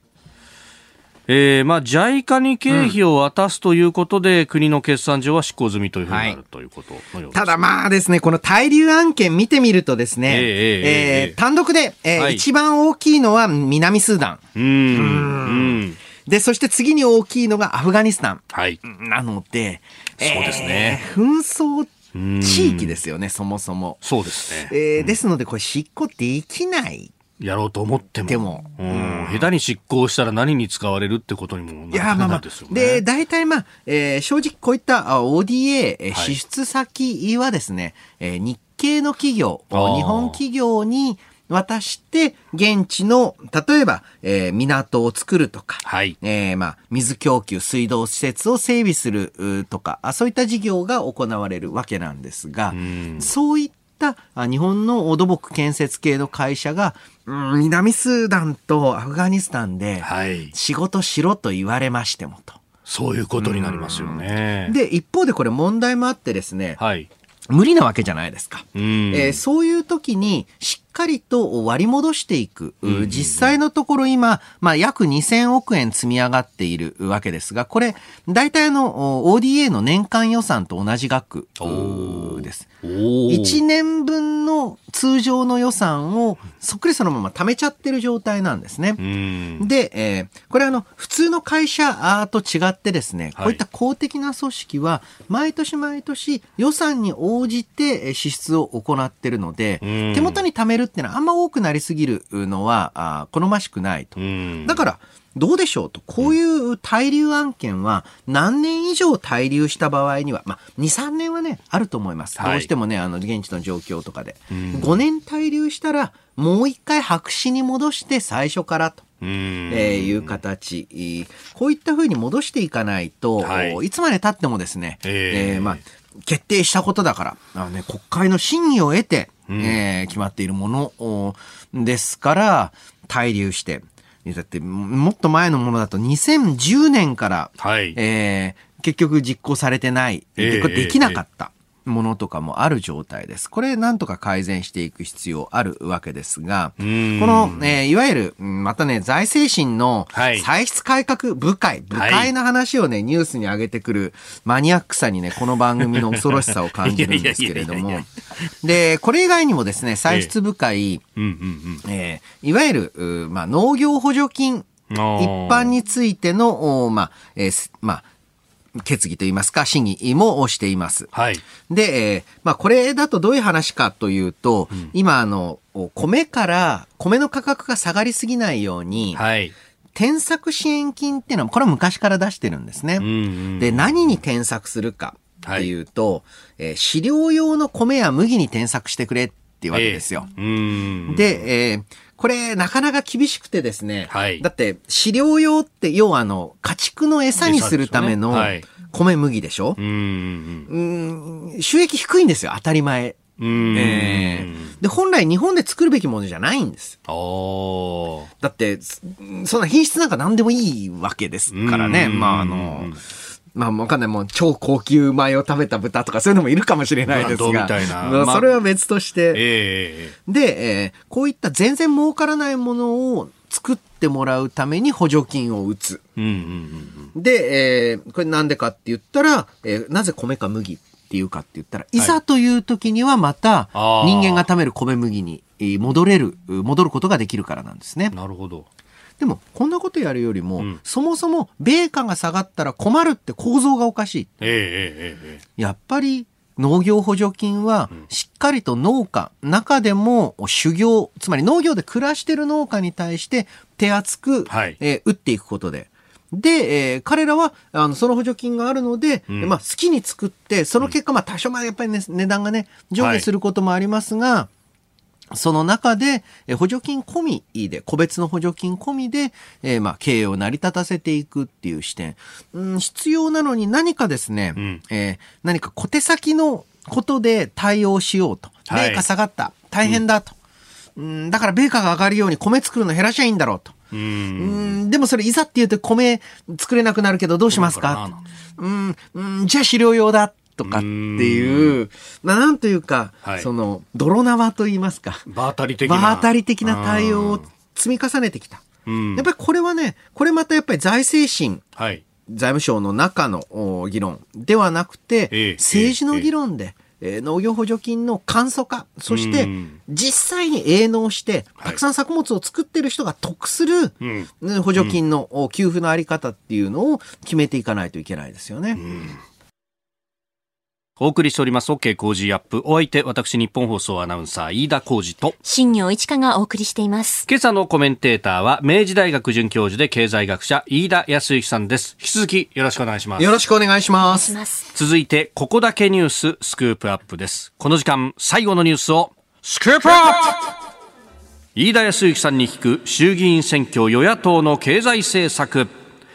。JICA に経費を渡すということで、国の決算上は執行済みというふうになるということのようです。 ただですね、この滞留案件見てみるとですね、単独で、一番大きいのは南スーダン。で、そして次に大きいのがアフガニスタン。なので、 そうですね。 紛争地域ですよね、そもそも。 そうですね。 ですので、これ執行できない。 やろうと思っても。下手に執行したら何に使われるってことにもなるんですよね。 で、大体正直こういった ODA、支出先はですね、日系の企業、日本企業に渡して、現地の、例えば、港を作るとか、水供給、水道施設を整備するとか、そういった事業が行われるわけなんですが、そういった日本の土木建設系の会社が、南スーダンとアフガニスタンで仕事しろと言われましてもと。 そういうことになりますよね。 で、一方でこれ問題もあってですね、無理なわけじゃないですか。そういう時にしっかりと割り戻していく。実際のところ今、約2000億円積み上がっているわけですが、これ、大体ODA の年間予算と同じ額です。1年分の通常の予算をそっくりそのまま貯めちゃってる状態なんですね。で、これ普通の会社と違ってですね、こういった公的な組織は毎年毎年予算に応じて支出を行っているので、手元に貯めるっていうのはあんま多くなりすぎるのは好ましくないと。だからどうでしょうと、こういう滞留案件は何年以上滞留した場合には、2、3年はね、あると思います。どうしてもね、現地の状況とかで。5年滞留したら、もう一回白紙に戻して最初からと。いう形。こういった風に戻していかないと、いつまで経ってもですね、決定したことだから、国会の審議を得て、決まっているものですから、滞留して、だってもっと前のものだと2010年から、結局実行されてない、結構できなかったものとかもある状態です。これなんとか改善していく必要あるわけですが、この、いわゆるまたね、財政審の歳出改革部会の話をね、ニュースに上げてくるマニアックさにね、この番組の恐ろしさを感じるんですけれども、でこれ以外にもですね、歳出部会、いわゆる農業補助金一般についての決議といいますか、審議もしています。で、これだとどういう話かというと、今米の価格が下がりすぎないように、転作支援金っていうのは、これは昔から出してるんですね。で、何に転作するかっていうと、飼料用の米や麦に転作してくれっていうわけですよ。で、これなかなか厳しくてですね、だって飼料用って要は家畜の餌にするための米麦でしょ。収益低いんですよ、当たり前。で本来日本で作るべきものじゃないんです。だってそんな品質なんか何でもいいわけですからね。わかんない。もう超高級米を食べた豚とかそういうのもいるかもしれないですが、それは別として。で、こういった全然儲からないものを作ってもらうために補助金を打つ。で、これなんでかって言ったら、なぜ米か麦っていうかって言ったら、いざという時にはまた人間が食べる米麦に戻ることができるからなんですね。 なるほど。 でもこんなことやるよりも、そもそも米価が下がったら困るって構造がおかしい。やっぱり農業補助金はしっかりと農家、中でも種業、つまり農業で暮らしている農家に対して手厚く、打っていくことで。で、彼らはその補助金があるので、好きに作って、その結果多少やっぱりね、値段がね上下することもありますが、その中で補助金込みで、個別の補助金込みで、経営を成り立たせていくっていう視点、必要なのに何かですね、何か小手先のことで対応しようと。米価下がった。大変だと。だから米価が上がるように米作るの減らしゃいいんだろうと。でもそれいざって言うと米作れなくなるけどどうしますか。じゃあ飼料用だ。とかっていう、なんというか、その泥縄と言いますか、場当たり的な対応を積み重ねてきた。やっぱりこれはね、これまたやっぱり財政審、財務省の中の議論ではなくて、政治の議論で、農業補助金の簡素化、そして実際に営農してたくさん作物を作っている人が得する補助金の給付のあり方っていうのを決めていかないといけないですよね。 お送りしております OK 工事アップ。お相手、私日本放送アナウンサー飯田浩司と新業一華がお送りしています。 今朝のコメンテーターは明治大学准教授で経済学者飯田康之さんです。引き続きよろしくお願いします。 よろしくお願いします。 続いてここだけニューススクープアップです。この時間最後のニュースをスクープアップ。飯田康之さんに聞く衆議院選挙与野党の経済政策。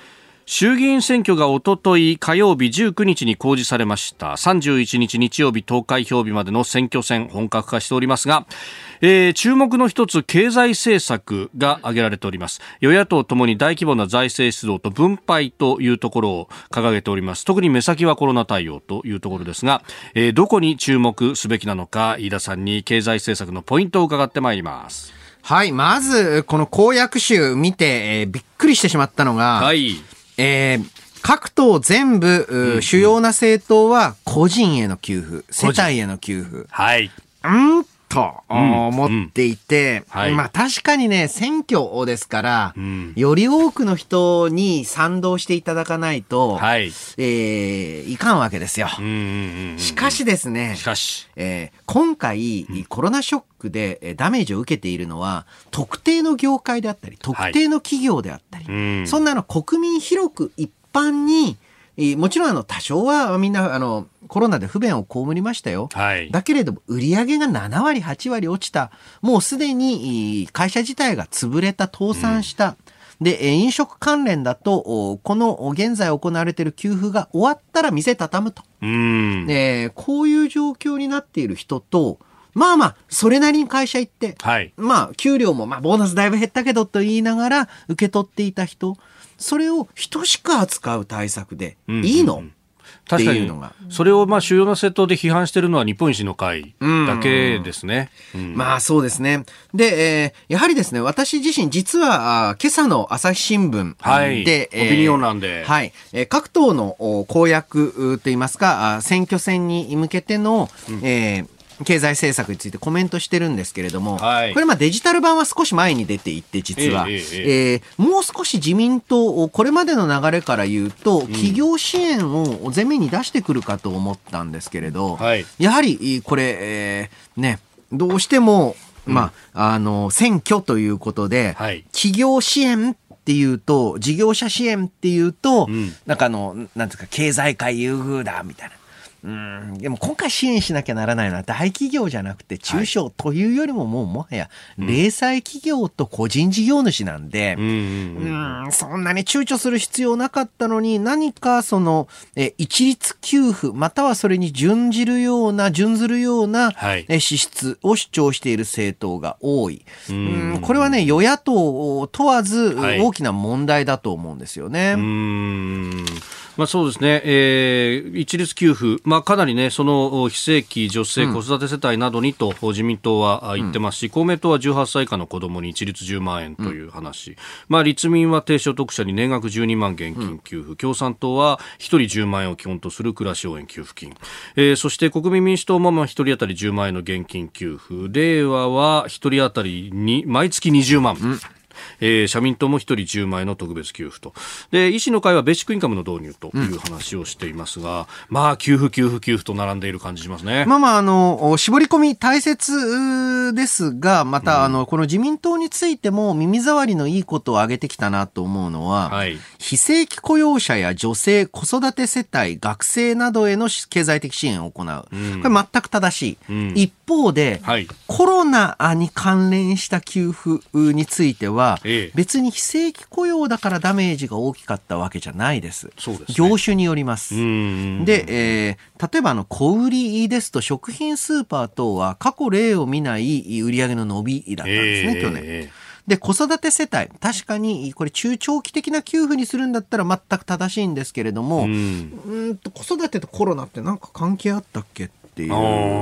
衆議院選挙がおととい火曜日19日に公示されました。31日日曜日投開票日までの選挙戦本格化しておりますが、注目の一つ経済政策が挙げられております。与野党ともに大規模な財政出動と分配というところを掲げております。特に目先はコロナ対応というところですが、どこに注目すべきなのか、飯田さんに経済政策のポイントを伺ってまいります。 はい、まずこの公約集見て、びっくりしてしまったのが、 はい、 各党全部、主要な政党は個人への給付、世帯への給付。 はい。 と思っていて、 はい、 まあ確かにね、選挙ですから、より多くの人に賛同していただかないと、はい、いかんわけですよ。しかしですね、今回、コロナショックでダメージを受けているのは、特定の業界であったり、特定の企業であったり、そんなの国民広く一般に、もちろん多少はみんなコロナで不便を被りましたよ、はい、だけれども売り上げが7割8割落ちた、もうすでに会社自体が潰れた、倒産した、で飲食関連だとこの現在行われている給付が終わったら店畳むと、こういう状況になっている人と、まあまあそれなりに会社行って、はい、まあ給料もボーナスだいぶ減ったけどと言いながら受け取っていた人、それを等しく扱う対策でいいの、 確かにそれを主要な政党で批判しているのは日本維新の会だけですね。 まあそうですね。で、やはりですね、私自身実は今朝の朝日新聞で、 オピニオン欄で、 各党の公約といいますか選挙戦に向けての、経済政策についてコメントしてるんですけれども、これデジタル版は少し前に出ていて、実は、もう少し自民党、これまでの流れから言うと、企業支援を前面に出してくるかと思ったんですけれど、やはりこれ、どうしても、選挙ということで、企業支援っていうと、事業者支援っていうと、なんていうか経済界優遇だみたいな。でも今回支援しなきゃならないのは大企業じゃなくて中小というよりももはや零細企業と個人事業主なんで、そんなに躊躇する必要なかったのに、何か一律給付またはそれに準ずるような支出を主張している政党が多い。これはね、与野党を問わず大きな問題だと思うんですよね。 そうですね、一律給付、かなりね、その非正規、女性、子育て世帯などにと自民党は言ってますし、公明党は18歳以下の子どもに一律10万円という話、立民は低所得者に年額12万現金給付、共産党は1人10万円を基本とする暮らし応援給付金、そして国民民主党も1人当たり10万円の現金給付、令和は1人当たりに毎月20万。社民党も1人10万円の特別給付と、で維新の会はベーシックインカムの導入という話をしていますが、給付と並んでいる感じしますね。 絞り込み大切ですが、またこの自民党についても耳障りのいいことを挙げてきたなと思うのは、非正規雇用者や女性、子育て世帯、学生などへの経済的支援を行う、これ全く正しい、一方で、コロナに関連した給付については別に非正規雇用だからダメージが大きかったわけじゃないです。 そうですね、 業種によります。で、例えば小売りですと食品スーパー等は過去例を見ない売上の伸びだったんですね、去年。で、子育て世帯、確かにこれ中長期的な給付にするんだったら全く正しいんですけれども、子育てとコロナってなんか関係あったっけっていう、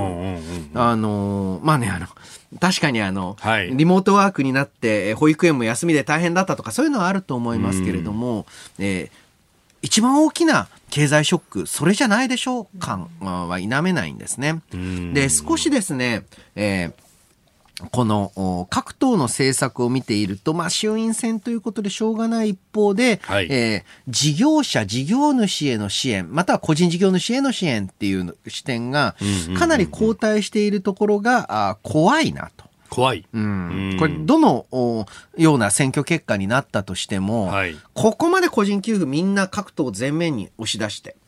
確かにリモートワークになって保育園も休みで大変だったとか、そういうのはあると思いますけれども、一番大きな経済ショック、それじゃないでしょう感は否めないんですね。で、少しですね、この各党の政策を見ていると、衆院選ということでしょうがない一方で、事業者、事業主への支援、または個人事業主への支援っていう視点がかなり後退しているところが怖いなと。 怖い。 これどのような選挙結果になったとしても、ここまで個人給付みんな各党全面に押し出して、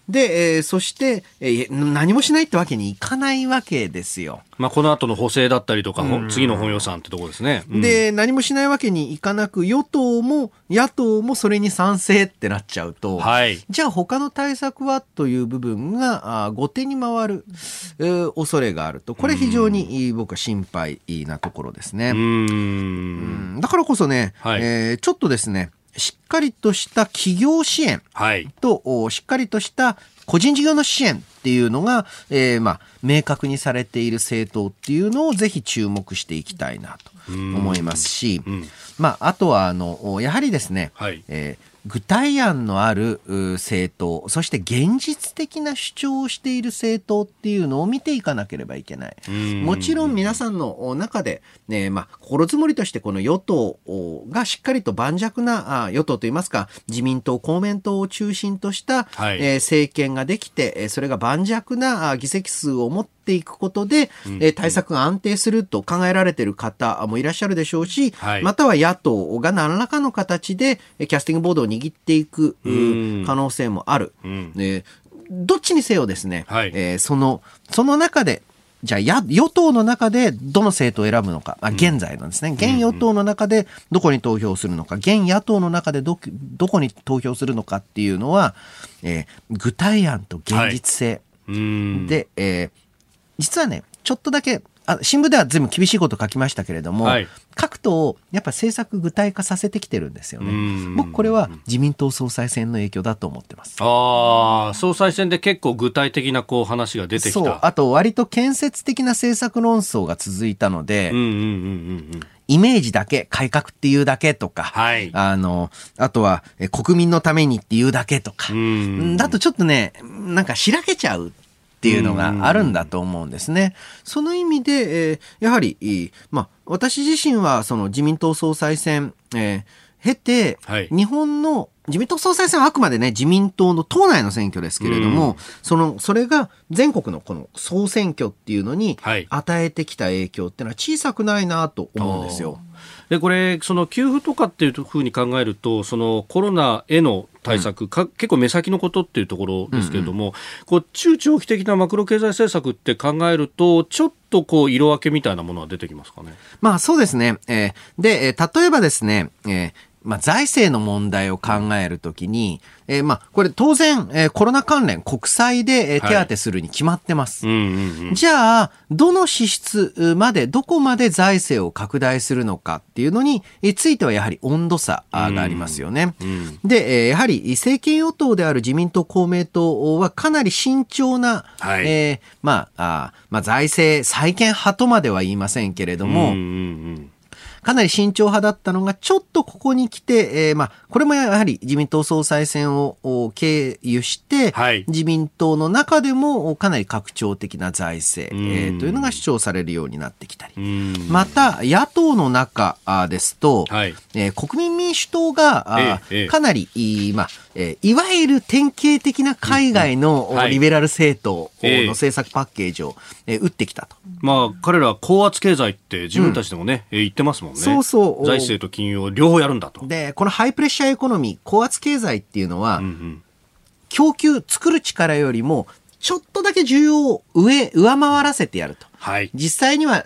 で、そして、何もしないってわけにいかないわけですよ。 まあ、この後の補正だったりとか、次の本予算ってところですね。 で、何もしないわけにいかなく、与党も野党もそれに賛成ってなっちゃうと、じゃあ他の対策はという部分が後手に回る、恐れがあると。これ非常に僕は心配なところですね。だからこそね、ちょっとですね、しっかりとした企業支援と、しっかりとした個人事業の支援っていうのが、明確にされている政党っていうのをぜひ注目していきたいなと思いますし、あとはやはりですね、具体案のある政党、そして現実的な主張をしている政党っていうのを見ていかなければいけない。もちろん皆さんの中で、心づもりとしてこの与党がしっかりと盤石な与党といいますか、自民党、公明党を中心とした、政権ができて、それが盤石な議席数を持っていくことで、対策が安定すると考えられている方もいらっしゃるでしょうし、または野党が何らかの形でキャスティングボードを握っていく可能性もある。どっちにせよですね、その中で、じゃあ与党の中でどの政党を選ぶのか、現在のですね、現与党の中でどこに投票するのか、現野党の中でどこに投票するのかっていうのは、具体案と現実性で、実はね、ちょっとだけ新聞では全部厳しいこと書きましたけれども、各党やっぱ政策具体化させてきてるんですよね。僕これは自民党総裁選の影響だと思ってます。 総裁選で結構具体的な話が出てきた。そう、 あと割と建設的な政策論争が続いたので、イメージだけ、改革っていうだけとか、あとは国民のためにっていうだけとか、だとちょっとね、なんかしらけちゃうっていうのがあるんだと思うんですね。その意味で、やはり、私自身はその自民党総裁選、経て、日本の自民党総裁選はあくまでね、自民党の党内の選挙ですけれども、それが全国のこの総選挙っていうのに与えてきた影響っていうのは小さくないなと思うんですよ。 でこれその給付とかっていうふうに考えると、そのコロナへの対策、結構目先のことっていうところですけれども、中長期的なマクロ経済政策って考えると、ちょっと色分けみたいなものは出てきますかね。 そうですね。で、例えばですね、財政の問題を考えるときに、これ当然、コロナ関連国債で、手当するに決まってます。じゃあ、どの支出まで、どこまで財政を拡大するのかっていうのについてはやはり温度差がありますよね。で、やはり政権与党である自民党、公明党はかなり慎重な、財政再建派とまでは言いませんけれども、かなり慎重派だったのが、ちょっとここに来て、これもやはり自民党総裁選を経由して、自民党の中でもかなり拡張的な財政、というのが主張されるようになってきたり。また、野党の中ですと、国民民主党が、かなり、いわゆる典型的な海外のリベラル政党の政策パッケージを打ってきたと。 彼らは高圧経済って自分たちでもね、言ってますもんね。 そうそう。 財政と金融を両方やるんだと。 で、このハイプレッシャーエコノミー、高圧経済っていうのは、供給、作る力よりも、ちょっとだけ需要を上回らせてやると。実際には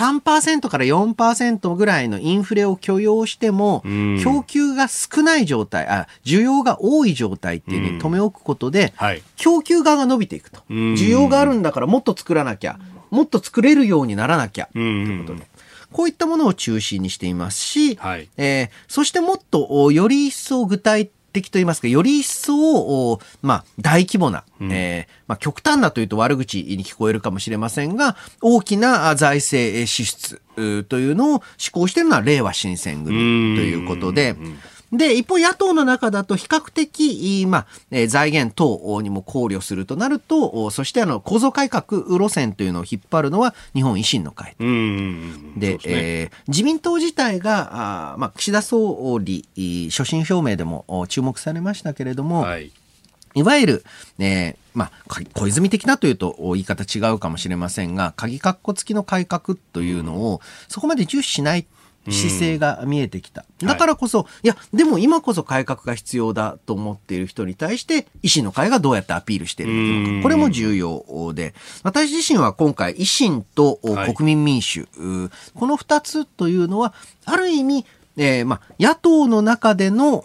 3% から 4% ぐらいのインフレを許容しても、供給が少ない状態、需要が多い状態っていうのに留め置くことで、供給側が伸びていくと。需要があるんだからもっと作らなきゃ、もっと作れるようにならなきゃ、ということで。こういったものを中心にしていますし、そしてもっとより一層具体的といいますか、より一層、大規模な、極端なというと悪口に聞こえるかもしれませんが、大きな財政支出というのを施行しているのは令和新選組ということで、で、一方野党の中だと比較的、財源等にも考慮するとなると、そして構造改革路線というのを引っ張るのは日本維新の会。で、自民党自体が、岸田総理、所信表明でも注目されましたけれども、いわゆる、小泉的なというと言い方違うかもしれませんが、鍵括弧付きの改革というのをそこまで重視しないっ姿勢が見えてきた。だからこそ、いや、でも今こそ改革が必要だと思っている人に対して、維新の会がどうやってアピールしているのか。これも重要で、私自身は今回、維新と国民民主、この2つというのは、ある意味、野党の中での、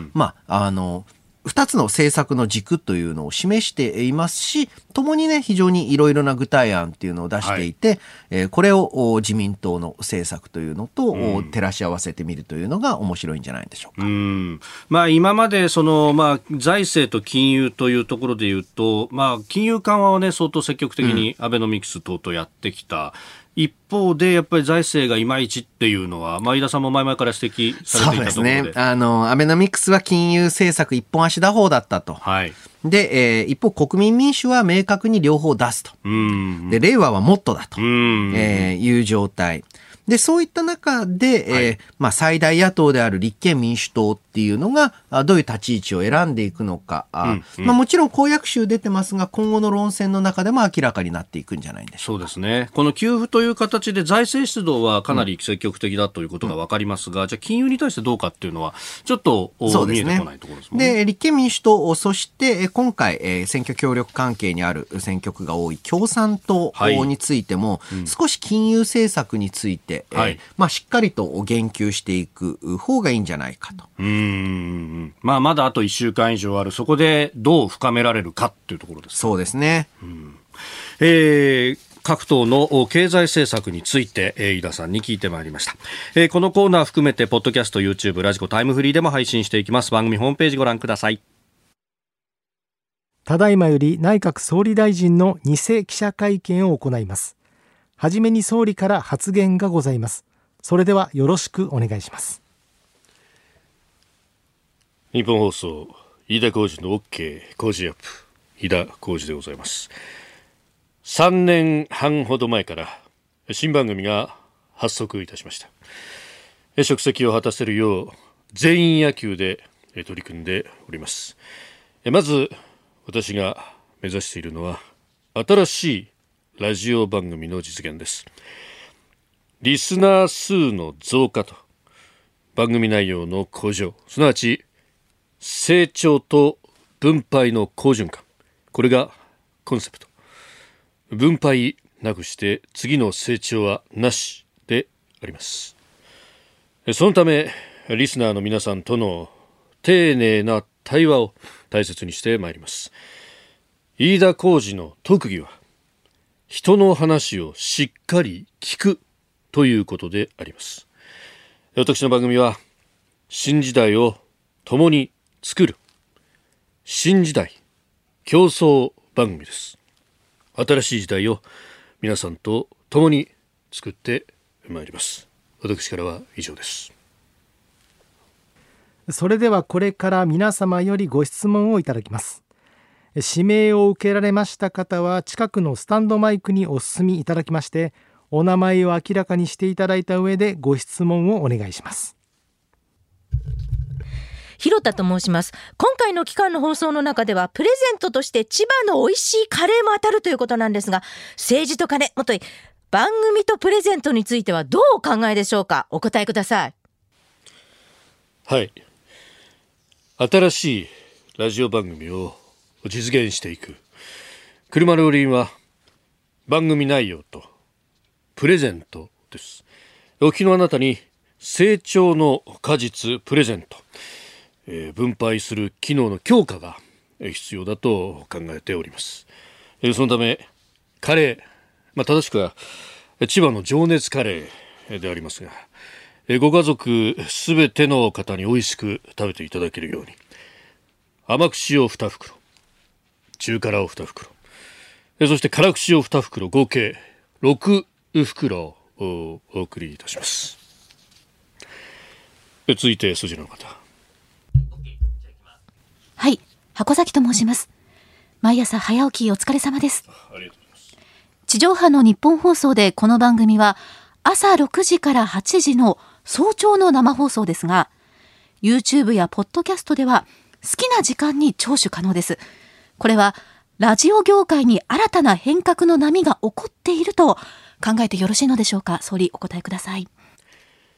二つの政策の軸というのを示していますし、ともにね、非常にいろいろな具体案っていうのを出していて、これを自民党の政策というのと照らし合わせてみるというのが面白いんじゃないでしょうか。 今まで財政と金融というところで言うと、金融緩和をね、相当積極的にアベノミクス等々やってきた。一方でやっぱり財政がいまいちっていうのは、飯田さんも前々から指摘されていたところで。そうですね。 アベノミクスは金融政策一本足打法だったと。 はい。 で、一方国民民主は明確に両方出すと。で、令和はもっとだという状態。で、そういった中で、最大野党である立憲民主党っていうのが、どういう立ち位置を選んでいくのか。もちろん公約集出てますが、今後の論戦の中でも明らかになっていくんじゃないんでしょうか。 そうですね。この給付という形で財政出動はかなり積極的だということが分かりますが、じゃあ金融に対してどうかっていうのは、ちょっと見えてこないところですもんね。 で、立憲民主党、そして今回、選挙協力関係にある選挙区が多い共産党についても、少し金融政策について、しっかりと言及していく方がいいんじゃないかと。 まだあと1週間以上ある。そこでどう深められるかっていうところです。 そうですね。 各党の経済政策について飯田さんに聞いてまいりました。このコーナー含めてポッドキャスト、YouTube、ラジコ、タイムフリーでも配信していきます。番組ホームページご覧ください。 ただいまより内閣総理大臣の偽記者会見を行います。はじめに総理から発言がございます。それではよろしくお願いします。 日本放送飯田浩司の OK 工事アップ、飯田浩司でございます。3年半ほど前から新番組が発足いたしました。職責を果たせるよう全員野球で取り組んでおります。まず私が目指しているのは新しいラジオ番組の実現です。リスナー数の増加と番組内容の向上、すなわち成長と分配の好循環、これがコンセプト。分配なくして次の成長はなしであります。そのためリスナーの皆さんとの丁寧な対話を大切にしてまいります。飯田浩司の特技は人の話をしっかり聞くということであります。私の番組は新時代を共に作る新時代競争番組です。新しい時代を皆さんと共に作ってまいります。私からは以上です。 それではこれから皆様よりご質問をいただきます。指名を受けられました方は近くのスタンドマイクにお進みいただきまして、お名前を明らかにしていただいた上でご質問をお願いします。 広田と申します。今回の期間の放送の中ではプレゼントとして千葉の美味しいカレーも当たるということなんですが、政治と金、もとい番組とプレゼントについてはどうお考えでしょうか。お答えください。 はい、新しいラジオ番組を実現していく。車の売りは番組内容とプレゼントです。お聞きのあなたに成長の果実プレゼント、分配する機能の強化が必要だと考えております。そのためカレー、正しくは千葉の情熱カレーでありますが、ご家族すべての方に美味しく食べていただけるように甘口を2袋、中辛を2袋、そして辛口を2袋、合計6袋をお送りいたします。続いて筋の方。 はい、箱崎と申します。毎朝早起きお疲れ様です。 ありがとうございます。 地上波の日本放送でこの番組は朝6時から8時の早朝の生放送ですが、 YouTube やポッドキャストでは好きな時間に聴取可能です。これはラジオ業界に新たな変革の波が起こっていると考えてよろしいのでしょうか。総理、お答えください。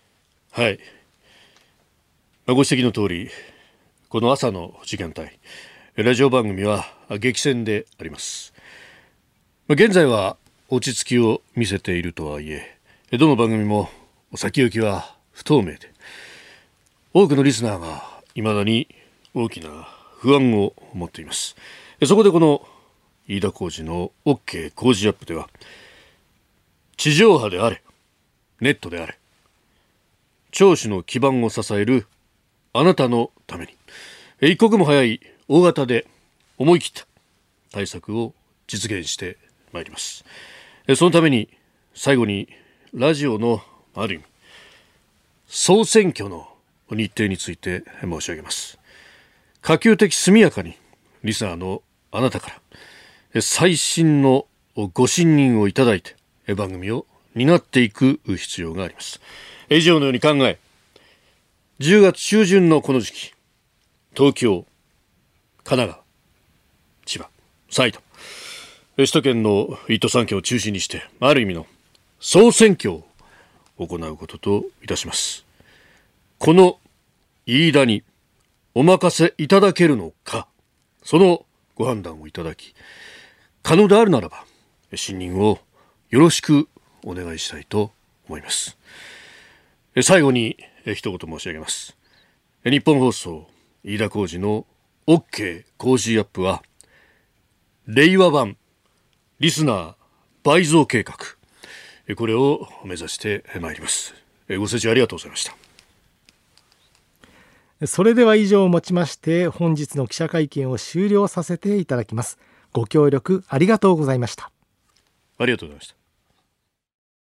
はい、ご指摘の通り、この朝の時間帯、ラジオ番組は激戦であります。現在は落ち着きを見せているとはいえ、どの番組も先行きは不透明で、多くのリスナーが未だに大きな不安を持っています。そこでこの飯田浩司の OK 工事アップでは、地上波であれネットであれ、聴取の基盤を支えるあなたのために、一刻も早い大型で思い切った対策を実現してまいります。そのために最後にラジオのある意味総選挙の日程について申し上げます。可及的速やかにリスナーのあなたから最新のご信任をいただいて番組を担っていく必要があります。以上のように考え、10月中旬のこの時期、東京、神奈川、千葉、埼玉、首都圏の1都3県を中心にしてある意味の総選挙を行うことといたします。この飯田にお任せいただけるのか、そのご判断をいただき、可能であるならば信任をよろしくお願いしたいと思います。最後に一言申し上げます。日本放送飯田浩司の OK 工事アップは令和版リスナー倍増計画、これを目指してまいります。ご清聴ありがとうございました。 それでは以上をもちまして本日の記者会見を終了させていただきます。ご協力ありがとうございました。 ありがとうございました。